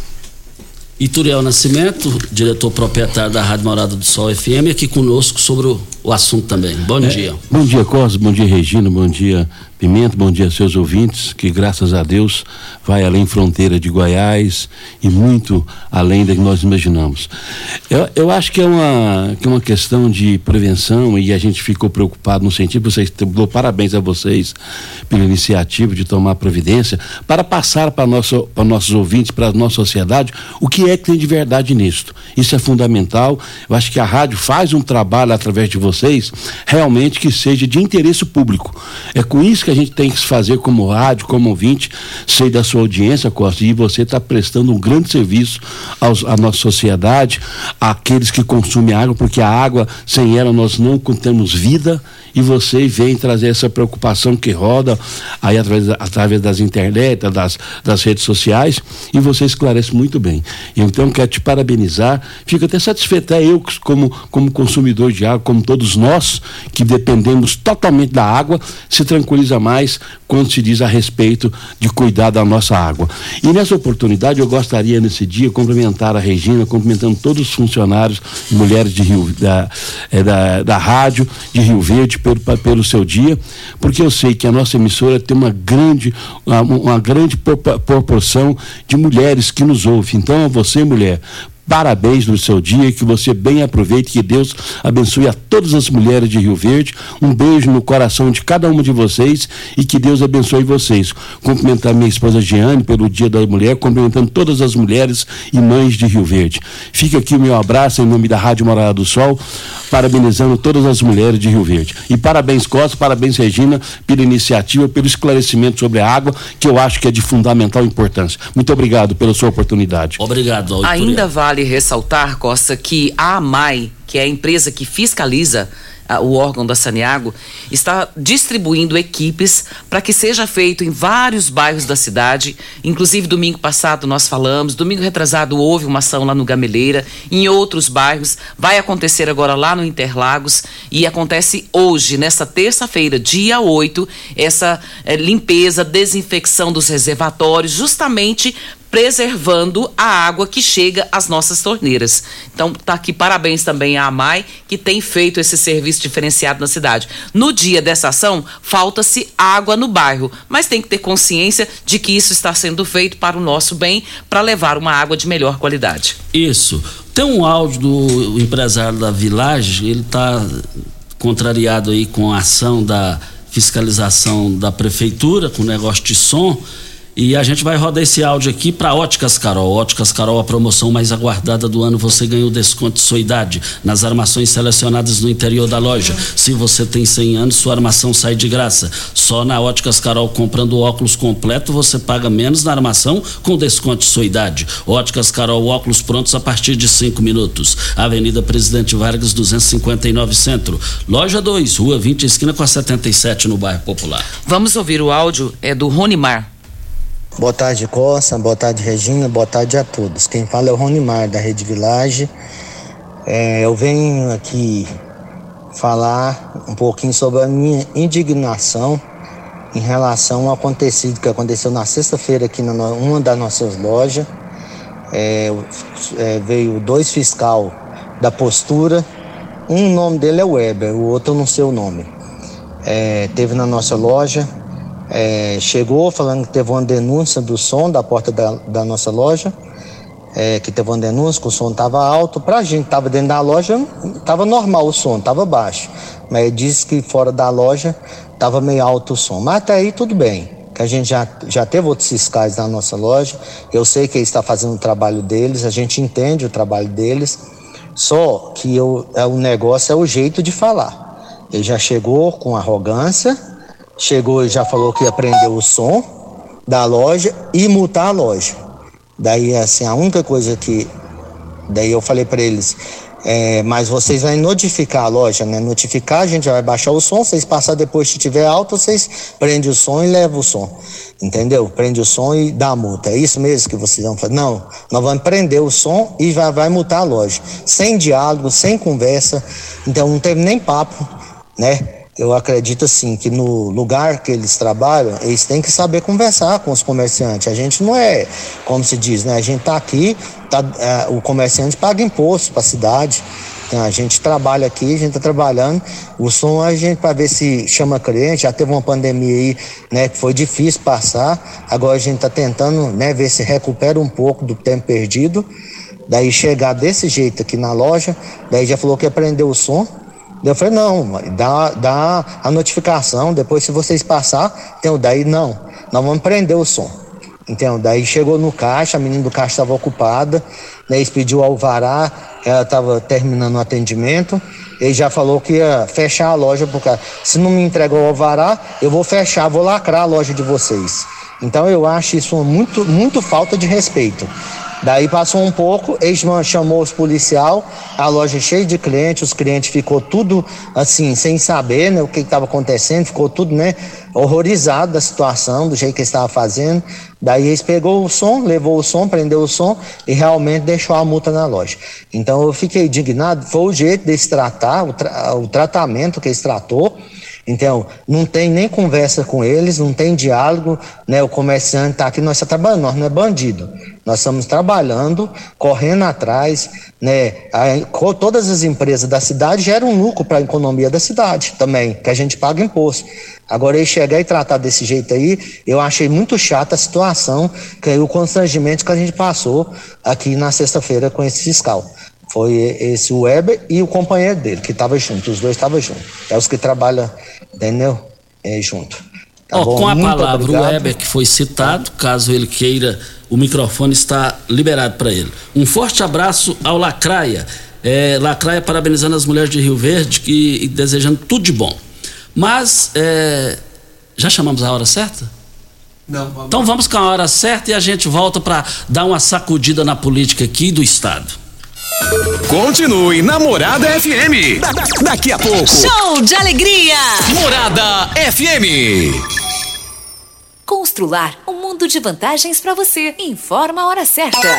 Ituriel Nascimento, diretor proprietário da Rádio Morada do Sol F M, aqui conosco sobre o, o assunto também. Bom é, dia. Bom dia, Costa, bom dia, Regina, bom dia, Pimenta, bom dia a seus ouvintes, que graças a Deus vai além fronteira de Goiás e muito além do que nós imaginamos. Eu, eu acho que é uma, que é uma questão de prevenção e a gente ficou preocupado no sentido, vocês, dou parabéns a vocês pela iniciativa de tomar providência para passar para nosso, para nossos ouvintes, para a nossa sociedade, o que é que tem de verdade nisso. Isso é fundamental. Eu acho que a rádio faz um trabalho através de vocês realmente que seja de interesse público. É com isso que a gente tem que fazer como rádio, como ouvinte. Sei da sua audiência, Costa, e você está prestando um grande serviço aos, à nossa sociedade, àqueles que consumem água, porque a água, sem ela nós não temos vida, e você vem trazer essa preocupação que roda aí através, através das internet, das, das redes sociais, e você esclarece muito bem. Então quero te parabenizar, fico até satisfeito, é eu como, como consumidor de água, como todos nós que dependemos totalmente da água, se tranquiliza mais quando se diz a respeito de cuidar da nossa água. E nessa oportunidade eu gostaria nesse dia cumprimentar a Regina, cumprimentando todos os funcionários, mulheres de Rio, da, é, da, da rádio de Rio Verde pelo, pelo seu dia, porque eu sei que a nossa emissora tem uma grande, uma, uma grande proporção de mulheres que nos ouvem. Então, a você, mulher, parabéns no seu dia, que você bem aproveite, que Deus abençoe a todas as mulheres de Rio Verde, um beijo no coração de cada uma de vocês e que Deus abençoe vocês. Cumprimentar minha esposa Jeane pelo Dia da Mulher, cumprimentando todas as mulheres e mães de Rio Verde. Fica aqui o meu abraço em nome da Rádio Morada do Sol, parabenizando todas as mulheres de Rio Verde. E parabéns, Costa, parabéns, Regina, pela iniciativa, pelo esclarecimento sobre a água, que eu acho que é de fundamental importância. Muito obrigado pela sua oportunidade. Obrigado, Autor. Ainda vale ressaltar, Costa, que a AMAI, que é a empresa que fiscaliza uh, o órgão da Saneago, está distribuindo equipes para que seja feito em vários bairros da cidade. Inclusive, domingo passado nós falamos, domingo retrasado houve uma ação lá no Gameleira, em outros bairros, vai acontecer agora lá no Interlagos e acontece hoje, nesta terça-feira, dia oito, essa eh, limpeza, desinfecção dos reservatórios, justamente preservando a água que chega às nossas torneiras. Então, tá aqui parabéns também à AMAI, que tem feito esse serviço diferenciado na cidade. No dia dessa ação, falta-se água no bairro, mas tem que ter consciência de que isso está sendo feito para o nosso bem, para levar uma água de melhor qualidade. Isso. Tem um áudio do empresário da Village, ele está contrariado aí com a ação da fiscalização da prefeitura, com o negócio de som. E a gente vai rodar esse áudio aqui para Óticas Carol. Óticas Carol, a promoção mais aguardada do ano. Você ganhou desconto de sua idade nas armações selecionadas no interior da loja. Se você tem cem anos, sua armação sai de graça. Só na Óticas Carol, comprando o óculos completo, você paga menos na armação com desconto de sua idade. Óticas Carol, óculos prontos a partir de cinco minutos. Avenida Presidente Vargas, duzentos e cinquenta e nove Centro. Loja dois, Rua vinte, esquina com a setenta e sete, no bairro Popular. Vamos ouvir o áudio, é do Ronimar. Boa tarde, Costa, boa tarde, Regina, boa tarde a todos. Quem fala é o Ronimar, da Rede Village. É, eu venho aqui falar um pouquinho sobre a minha indignação em relação ao acontecido que aconteceu na sexta-feira aqui em uma das nossas lojas. É, é, veio dois fiscal da postura, um nome dele é Weber, o outro eu não sei o nome. É, teve na nossa loja. É, chegou falando que teve uma denúncia do som da porta da, da nossa loja, é, que teve uma denúncia que o som estava alto. Pra gente que estava dentro da loja, estava normal o som, estava baixo, mas ele disse que fora da loja estava meio alto o som, mas até aí tudo bem, que a gente já, já teve outros fiscais na nossa loja. Eu sei que eles estão fazendo o trabalho deles, a gente entende o trabalho deles, só que eu, é, o negócio é o jeito de falar. Ele já chegou com arrogância, chegou e já falou que ia prender o som da loja e multar a loja. Daí, assim, a única coisa que... Daí eu falei para eles, É, mas vocês vão notificar a loja, né? Notificar, a gente vai baixar o som, vocês passar depois, se tiver alto, vocês prendem o som e levam o som. Entendeu? Prende o som e dá a multa. É isso mesmo que vocês vão fazer? Não, nós vamos prender o som e vai, vai multar a loja. Sem diálogo, sem conversa. Então não teve nem papo, né? Eu acredito assim que no lugar que eles trabalham, eles têm que saber conversar com os comerciantes. A gente não é, como se diz, né? A gente tá aqui, tá, é, o comerciante paga imposto para a cidade. Então, a gente trabalha aqui, a gente tá trabalhando. O som a gente para ver se chama cliente. Já teve uma pandemia aí, né? Que foi difícil passar. Agora a gente tá tentando, né? Ver se recupera um pouco do tempo perdido. Daí chegar desse jeito aqui na loja. Daí já falou que ia prender o som. Eu falei, não, dá, dá a notificação, depois se vocês passar, então, daí não, nós vamos prender o som. Então, daí chegou no caixa, a menina do caixa estava ocupada, né, eles pediu alvará, ela estava terminando o atendimento, ele já falou que ia fechar a loja, porque se não me entregou o alvará, eu vou fechar, vou lacrar a loja de vocês. Então eu acho isso muito, muito falta de respeito. Daí passou um pouco, eles chamou os policial, a loja cheia de clientes, os clientes ficou tudo assim, sem saber, né, o que estava acontecendo, ficou tudo, né, horrorizado da situação, do jeito que eles estavam fazendo. Daí eles pegou o som, levou o som, prendeu o som e realmente deixou a multa na loja. Então eu fiquei indignado, foi o jeito deles tratar, o, tra- o tratamento que eles tratou. Então, não tem nem conversa com eles, não tem diálogo, né? O comerciante está aqui, nós estamos trabalhando, nós não é bandido. Nós estamos trabalhando, correndo atrás, né? A, todas as empresas da cidade geram um lucro para a economia da cidade também, que a gente paga imposto. Agora, ele chegar e tratar desse jeito aí, eu achei muito chata a situação, que é o constrangimento que a gente passou aqui na sexta-feira com esse fiscal. Foi esse o Weber e o companheiro dele, que estava junto, os dois estavam juntos. É os que trabalham, entendeu? É, junto. Tá oh, bom? Com a Muito palavra obrigado. o Weber, que foi citado, caso ele queira, o microfone está liberado para ele. Um forte abraço ao Lacraia. É, Lacraia parabenizando as mulheres de Rio Verde e, e desejando tudo de bom. Mas, é, já chamamos a hora certa? Não, vamos. Então vamos com a hora certa e a gente volta para dar uma sacudida na política aqui do estado. Continue na Morada F M. Da, da, daqui a pouco. Show de alegria. Morada F M. Constrular um mundo de vantagens para você. Informa a hora certa.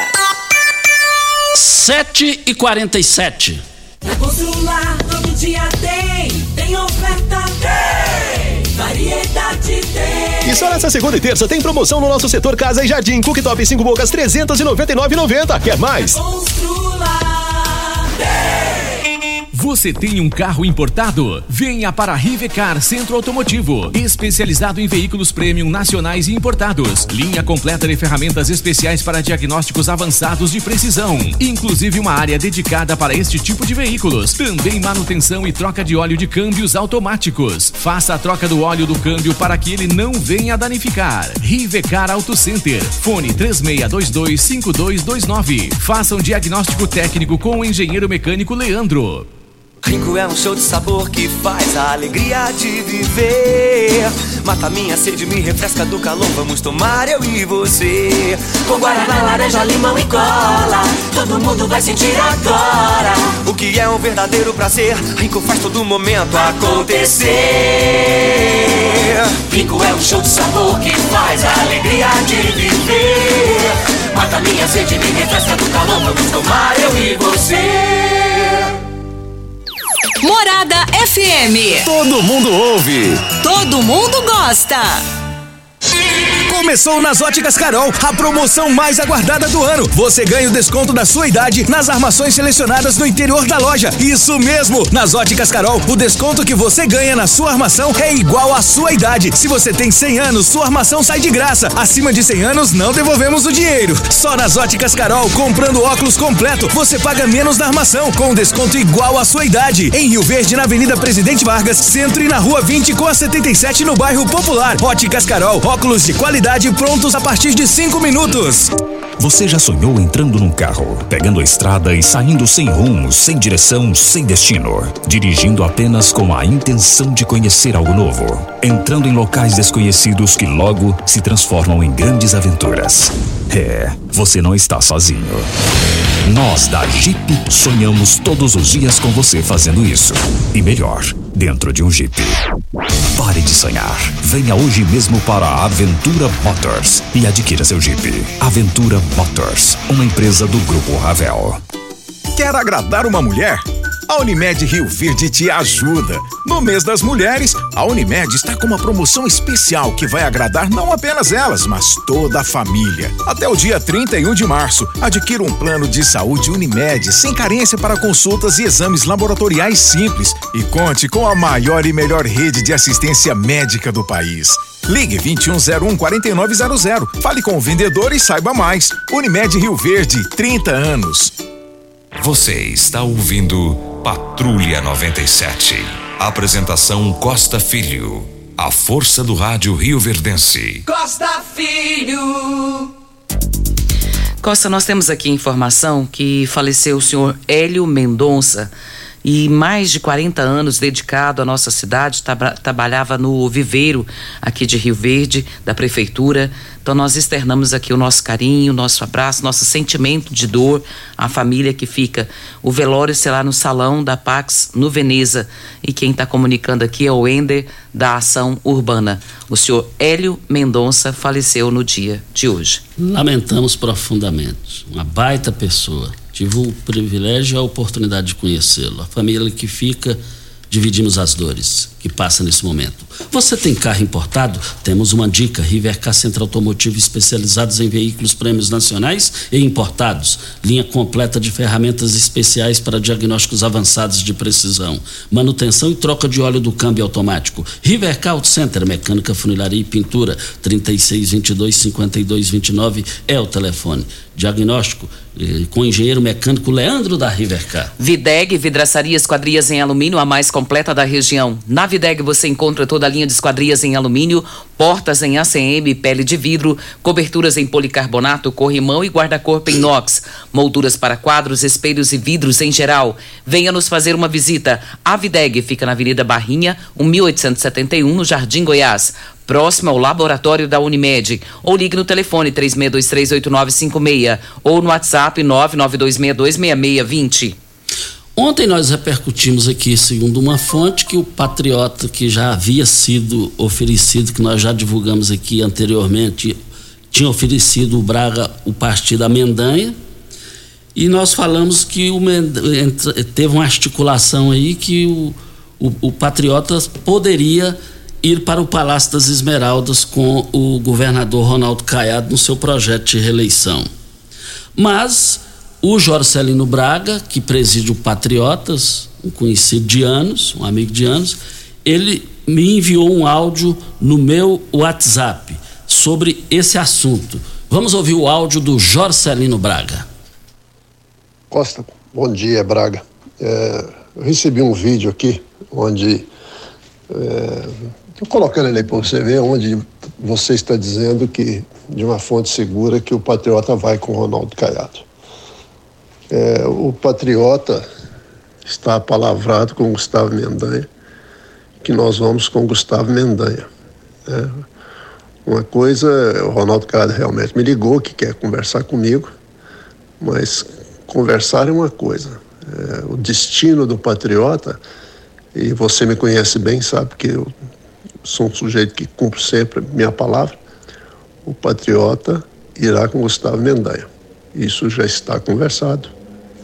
sete e quarenta e sete. Na Constrular todo dia tem, tem oferta, tem, variedade tem. E só nessa segunda e terça tem promoção no nosso setor Casa e Jardim. Cooktop cinco bocas trezentos e noventa e nove reais e noventa centavos. Quer mais? Constrular tem. Você tem um carro importado? Venha para a Rivecar Centro Automotivo, especializado em veículos premium nacionais e importados. Linha completa de ferramentas especiais para diagnósticos avançados de precisão, inclusive uma área dedicada para este tipo de veículos. Também manutenção e troca de óleo de câmbios automáticos. Faça a troca do óleo do câmbio para que ele não venha a danificar. Rivecar Auto Center. Fone três seis dois dois cinco dois dois nove. Faça um diagnóstico técnico com o engenheiro mecânico Leandro. Rico é um show de sabor que faz a alegria de viver. Mata minha sede, me refresca do calor, vamos tomar eu e você. Com guaraná, laranja, limão e cola, todo mundo vai sentir agora. O que é um verdadeiro prazer, Rico faz todo momento acontecer. Rico é um show de sabor que faz a alegria de viver. Mata minha sede, me refresca do calor, vamos tomar eu e você. Morada F M. Todo mundo ouve. Todo mundo gosta. Começou nas Óticas Carol, a promoção mais aguardada do ano. Você ganha o desconto da sua idade nas armações selecionadas no interior da loja. Isso mesmo! Nas Óticas Carol, o desconto que você ganha na sua armação é igual à sua idade. Se você tem cem anos, sua armação sai de graça. Acima de cem anos, não devolvemos o dinheiro. Só nas Óticas Carol, comprando óculos completo, você paga menos na armação, com desconto igual à sua idade. Em Rio Verde, na Avenida Presidente Vargas, Centro e na Rua vinte com a setenta e sete no bairro Popular. Óticas Carol, óculos de qualidade prontos a partir de cinco minutos. Você já sonhou entrando num carro, pegando a estrada e saindo sem rumo, sem direção, sem destino, dirigindo apenas com a intenção de conhecer algo novo, entrando em locais desconhecidos que logo se transformam em grandes aventuras? É, você não está sozinho. Nós da Jeep sonhamos todos os dias com você fazendo isso. E melhor, dentro de um Jeep. Pare de sonhar. Venha hoje mesmo para a Aventura Motors e adquira seu Jeep. Aventura Motors, uma empresa do Grupo Ravel. Quer agradar uma mulher? A Unimed Rio Verde te ajuda. No mês das mulheres, a Unimed está com uma promoção especial que vai agradar não apenas elas, mas toda a família. Até o dia trinta e um de março, adquira um plano de saúde Unimed sem carência para consultas e exames laboratoriais simples e conte com a maior e melhor rede de assistência médica do país. Ligue vinte e um zero um, quarenta e nove zero zero. Fale com o vendedor e saiba mais. Unimed Rio Verde, trinta anos. Você está ouvindo Patrulha noventa e sete. Apresentação Costa Filho. A força do rádio rioverdense. Costa Filho. Costa, nós temos aqui informação que faleceu o senhor Hélio Mendonça, e mais de quarenta anos dedicado à nossa cidade, tra- trabalhava no viveiro aqui de Rio Verde, da prefeitura. Então nós externamos aqui o nosso carinho, nosso abraço, nosso sentimento de dor à família que fica. O velório será no salão da Pax, no Veneza, e quem está comunicando aqui é o Ender da Ação Urbana. O senhor Hélio Mendonça faleceu no dia de hoje. Lamentamos profundamente, uma baita pessoa. Tive o privilégio e a oportunidade de conhecê-lo. A família que fica, dividimos as dores que passa nesse momento. Você tem carro importado? Temos uma dica: Rivercar Centro Automotivo, especializados em veículos prêmios nacionais e importados. Linha completa de ferramentas especiais para diagnósticos avançados de precisão, manutenção e troca de óleo do câmbio automático. Rivercar Auto Center, mecânica, funilaria e pintura. trinta e seis, vinte e dois, cinquenta e dois, vinte e nove é o telefone. Diagnóstico eh, com o engenheiro mecânico Leandro da Rivercar. Videg, vidraçaria esquadrias em alumínio, a mais completa da região. Na Videg você encontra toda a linha de esquadrias em alumínio, portas em A C M, pele de vidro, coberturas em policarbonato, corrimão e guarda-corpo em inox, molduras para quadros, espelhos e vidros em geral. Venha nos fazer uma visita. A Videg fica na Avenida Barrinha, mil oitocentos e setenta e um, no Jardim Goiás, próximo ao laboratório da Unimed. Ou ligue no telefone três seis dois três, oito nove cinco seis ou no WhatsApp nove nove dois seis dois, seis seis dois zero. Ontem nós repercutimos aqui, segundo uma fonte, que o Patriota, que já havia sido oferecido, que nós já divulgamos aqui anteriormente, tinha oferecido o Braga o partido da Mendanha, e nós falamos que o Mendanha, teve uma articulação aí que o, o, o Patriota poderia ir para o Palácio das Esmeraldas com o governador Ronaldo Caiado no seu projeto de reeleição. Mas o Jorcelino Braga, que preside o Patriotas, um conhecido de anos, um amigo de anos, ele me enviou um áudio no meu WhatsApp sobre esse assunto. Vamos ouvir o áudio do Jorcelino Braga. Costa, bom dia, Braga. É, eu recebi um vídeo aqui onde é, estou colocando ele aí para você ver, onde você está dizendo que, de uma fonte segura, que o Patriota vai com o Ronaldo Caiado. É, o Patriota está apalavrado com o Gustavo Mendanha, que nós vamos com o Gustavo Mendanha. É, uma coisa, o Ronaldo Caiado realmente me ligou que quer conversar comigo, mas conversar é uma coisa. É, o destino do Patriota, e você me conhece bem, sabe que eu sou um sujeito que cumpre sempre minha palavra. O Patriota irá com Gustavo Mendanha. Isso já está conversado.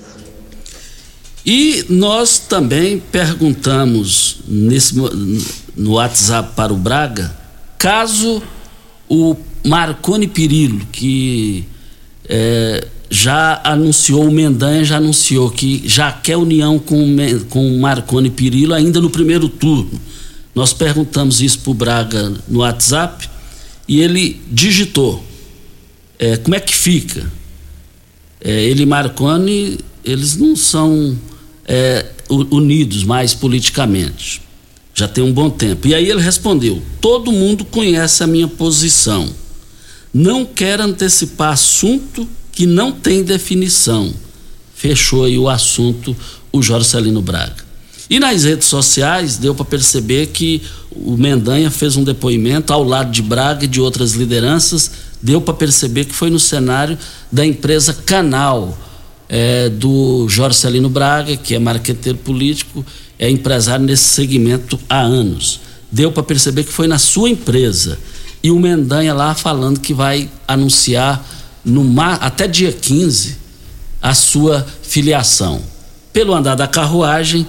E nós também perguntamos nesse, no WhatsApp para o Braga, caso o Marconi Perillo, que é, já anunciou, o Mendanha já anunciou que já quer união com, com o Marconi Perillo ainda no primeiro turno. Nós perguntamos isso para o Braga no WhatsApp e ele digitou. É, como é que fica? É, ele e Marconi, eles não são é, unidos mais politicamente. Já tem um bom tempo. E aí ele respondeu: todo mundo conhece a minha posição. Não quero antecipar assunto que não tem definição. Fechou aí o assunto o Jorcelino Braga. E nas redes sociais deu para perceber que o Mendanha fez um depoimento ao lado de Braga e de outras lideranças. Deu para perceber que foi no cenário da empresa Canal, é, do Jorcelino Braga, que é marqueteiro político, é empresário nesse segmento há anos. Deu para perceber que foi na sua empresa. E o Mendanha lá falando que vai anunciar no mar, até dia quinze a sua filiação. Pelo andar da carruagem,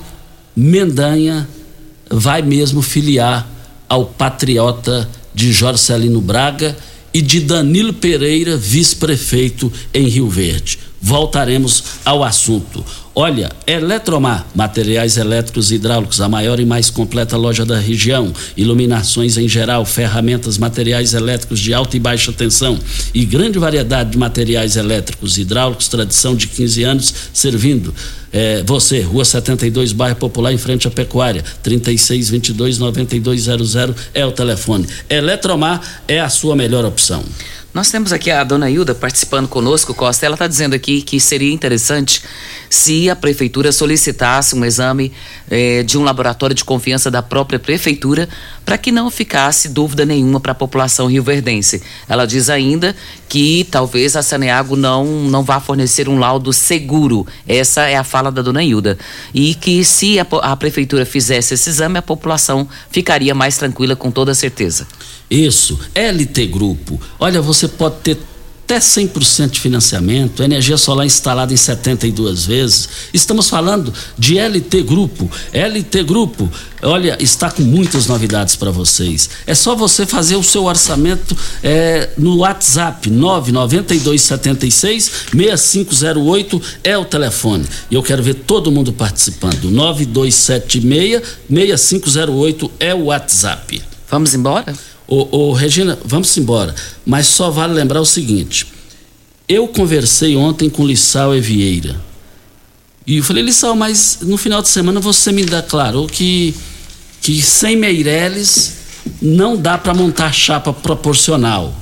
Mendanha vai mesmo filiar ao patriota de Jorcelino Braga e de Danilo Pereira, vice-prefeito em Rio Verde. Voltaremos ao assunto. Olha, Eletromar, materiais elétricos e hidráulicos, a maior e mais completa loja da região, iluminações em geral, ferramentas, materiais elétricos de alta e baixa tensão e grande variedade de materiais elétricos e hidráulicos, tradição de quinze anos servindo. É, você, Rua setenta e dois, Bairro Popular, em frente à Pecuária, trinta e seis, vinte e dois, noventa e dois zero zero é o telefone. Eletromar é a sua melhor opção. Nós temos aqui a dona Hilda participando conosco, Costa. Ela está dizendo aqui que seria interessante se a prefeitura solicitasse um exame eh, de um laboratório de confiança da própria prefeitura, para que não ficasse dúvida nenhuma para a população rioverdense. Ela diz ainda que talvez a Saneago não, não vá fornecer um laudo seguro. Essa é a fala da dona Hilda. E que se a, a prefeitura fizesse esse exame, a população ficaria mais tranquila, com toda certeza. Isso, L T Grupo. Olha, você pode ter até cem por cento de financiamento, energia solar instalada em setenta e duas vezes. Estamos falando de L T Grupo. L T Grupo, olha, está com muitas novidades para vocês. É só você fazer o seu orçamento é, no WhatsApp. nove nove dois sete seis, seis cinco zero oito é o telefone. E eu quero ver todo mundo participando. nove dois sete seis, seis cinco zero oito é o WhatsApp. Vamos embora? Ô, ô, Regina, vamos embora, mas só vale lembrar o seguinte: eu conversei ontem com Lissau Evieira e eu falei, Lissau, mas no final de semana você me declarou que, que sem Meireles não dá para montar chapa proporcional.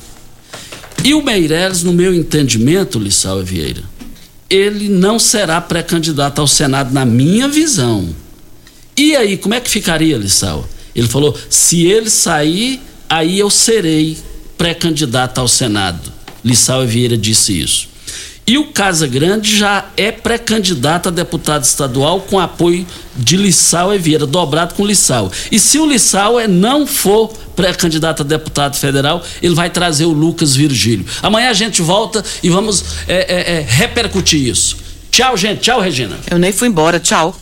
E o Meireles, no meu entendimento, Lissau Evieira, ele não será pré-candidato ao Senado na minha visão. E aí, como é que ficaria, Lissau? Ele falou, se ele sair, aí eu serei pré-candidato ao Senado. Lissau Vieira disse isso. E o Casa Grande já é pré-candidato a deputado estadual com apoio de Lissau Vieira, dobrado com Lissau. E se o Lissau é, não for pré-candidato a deputado federal, ele vai trazer o Lucas Virgílio. Amanhã a gente volta e vamos é, é, é, repercutir isso. Tchau, gente. Tchau, Regina. Eu nem fui embora. Tchau.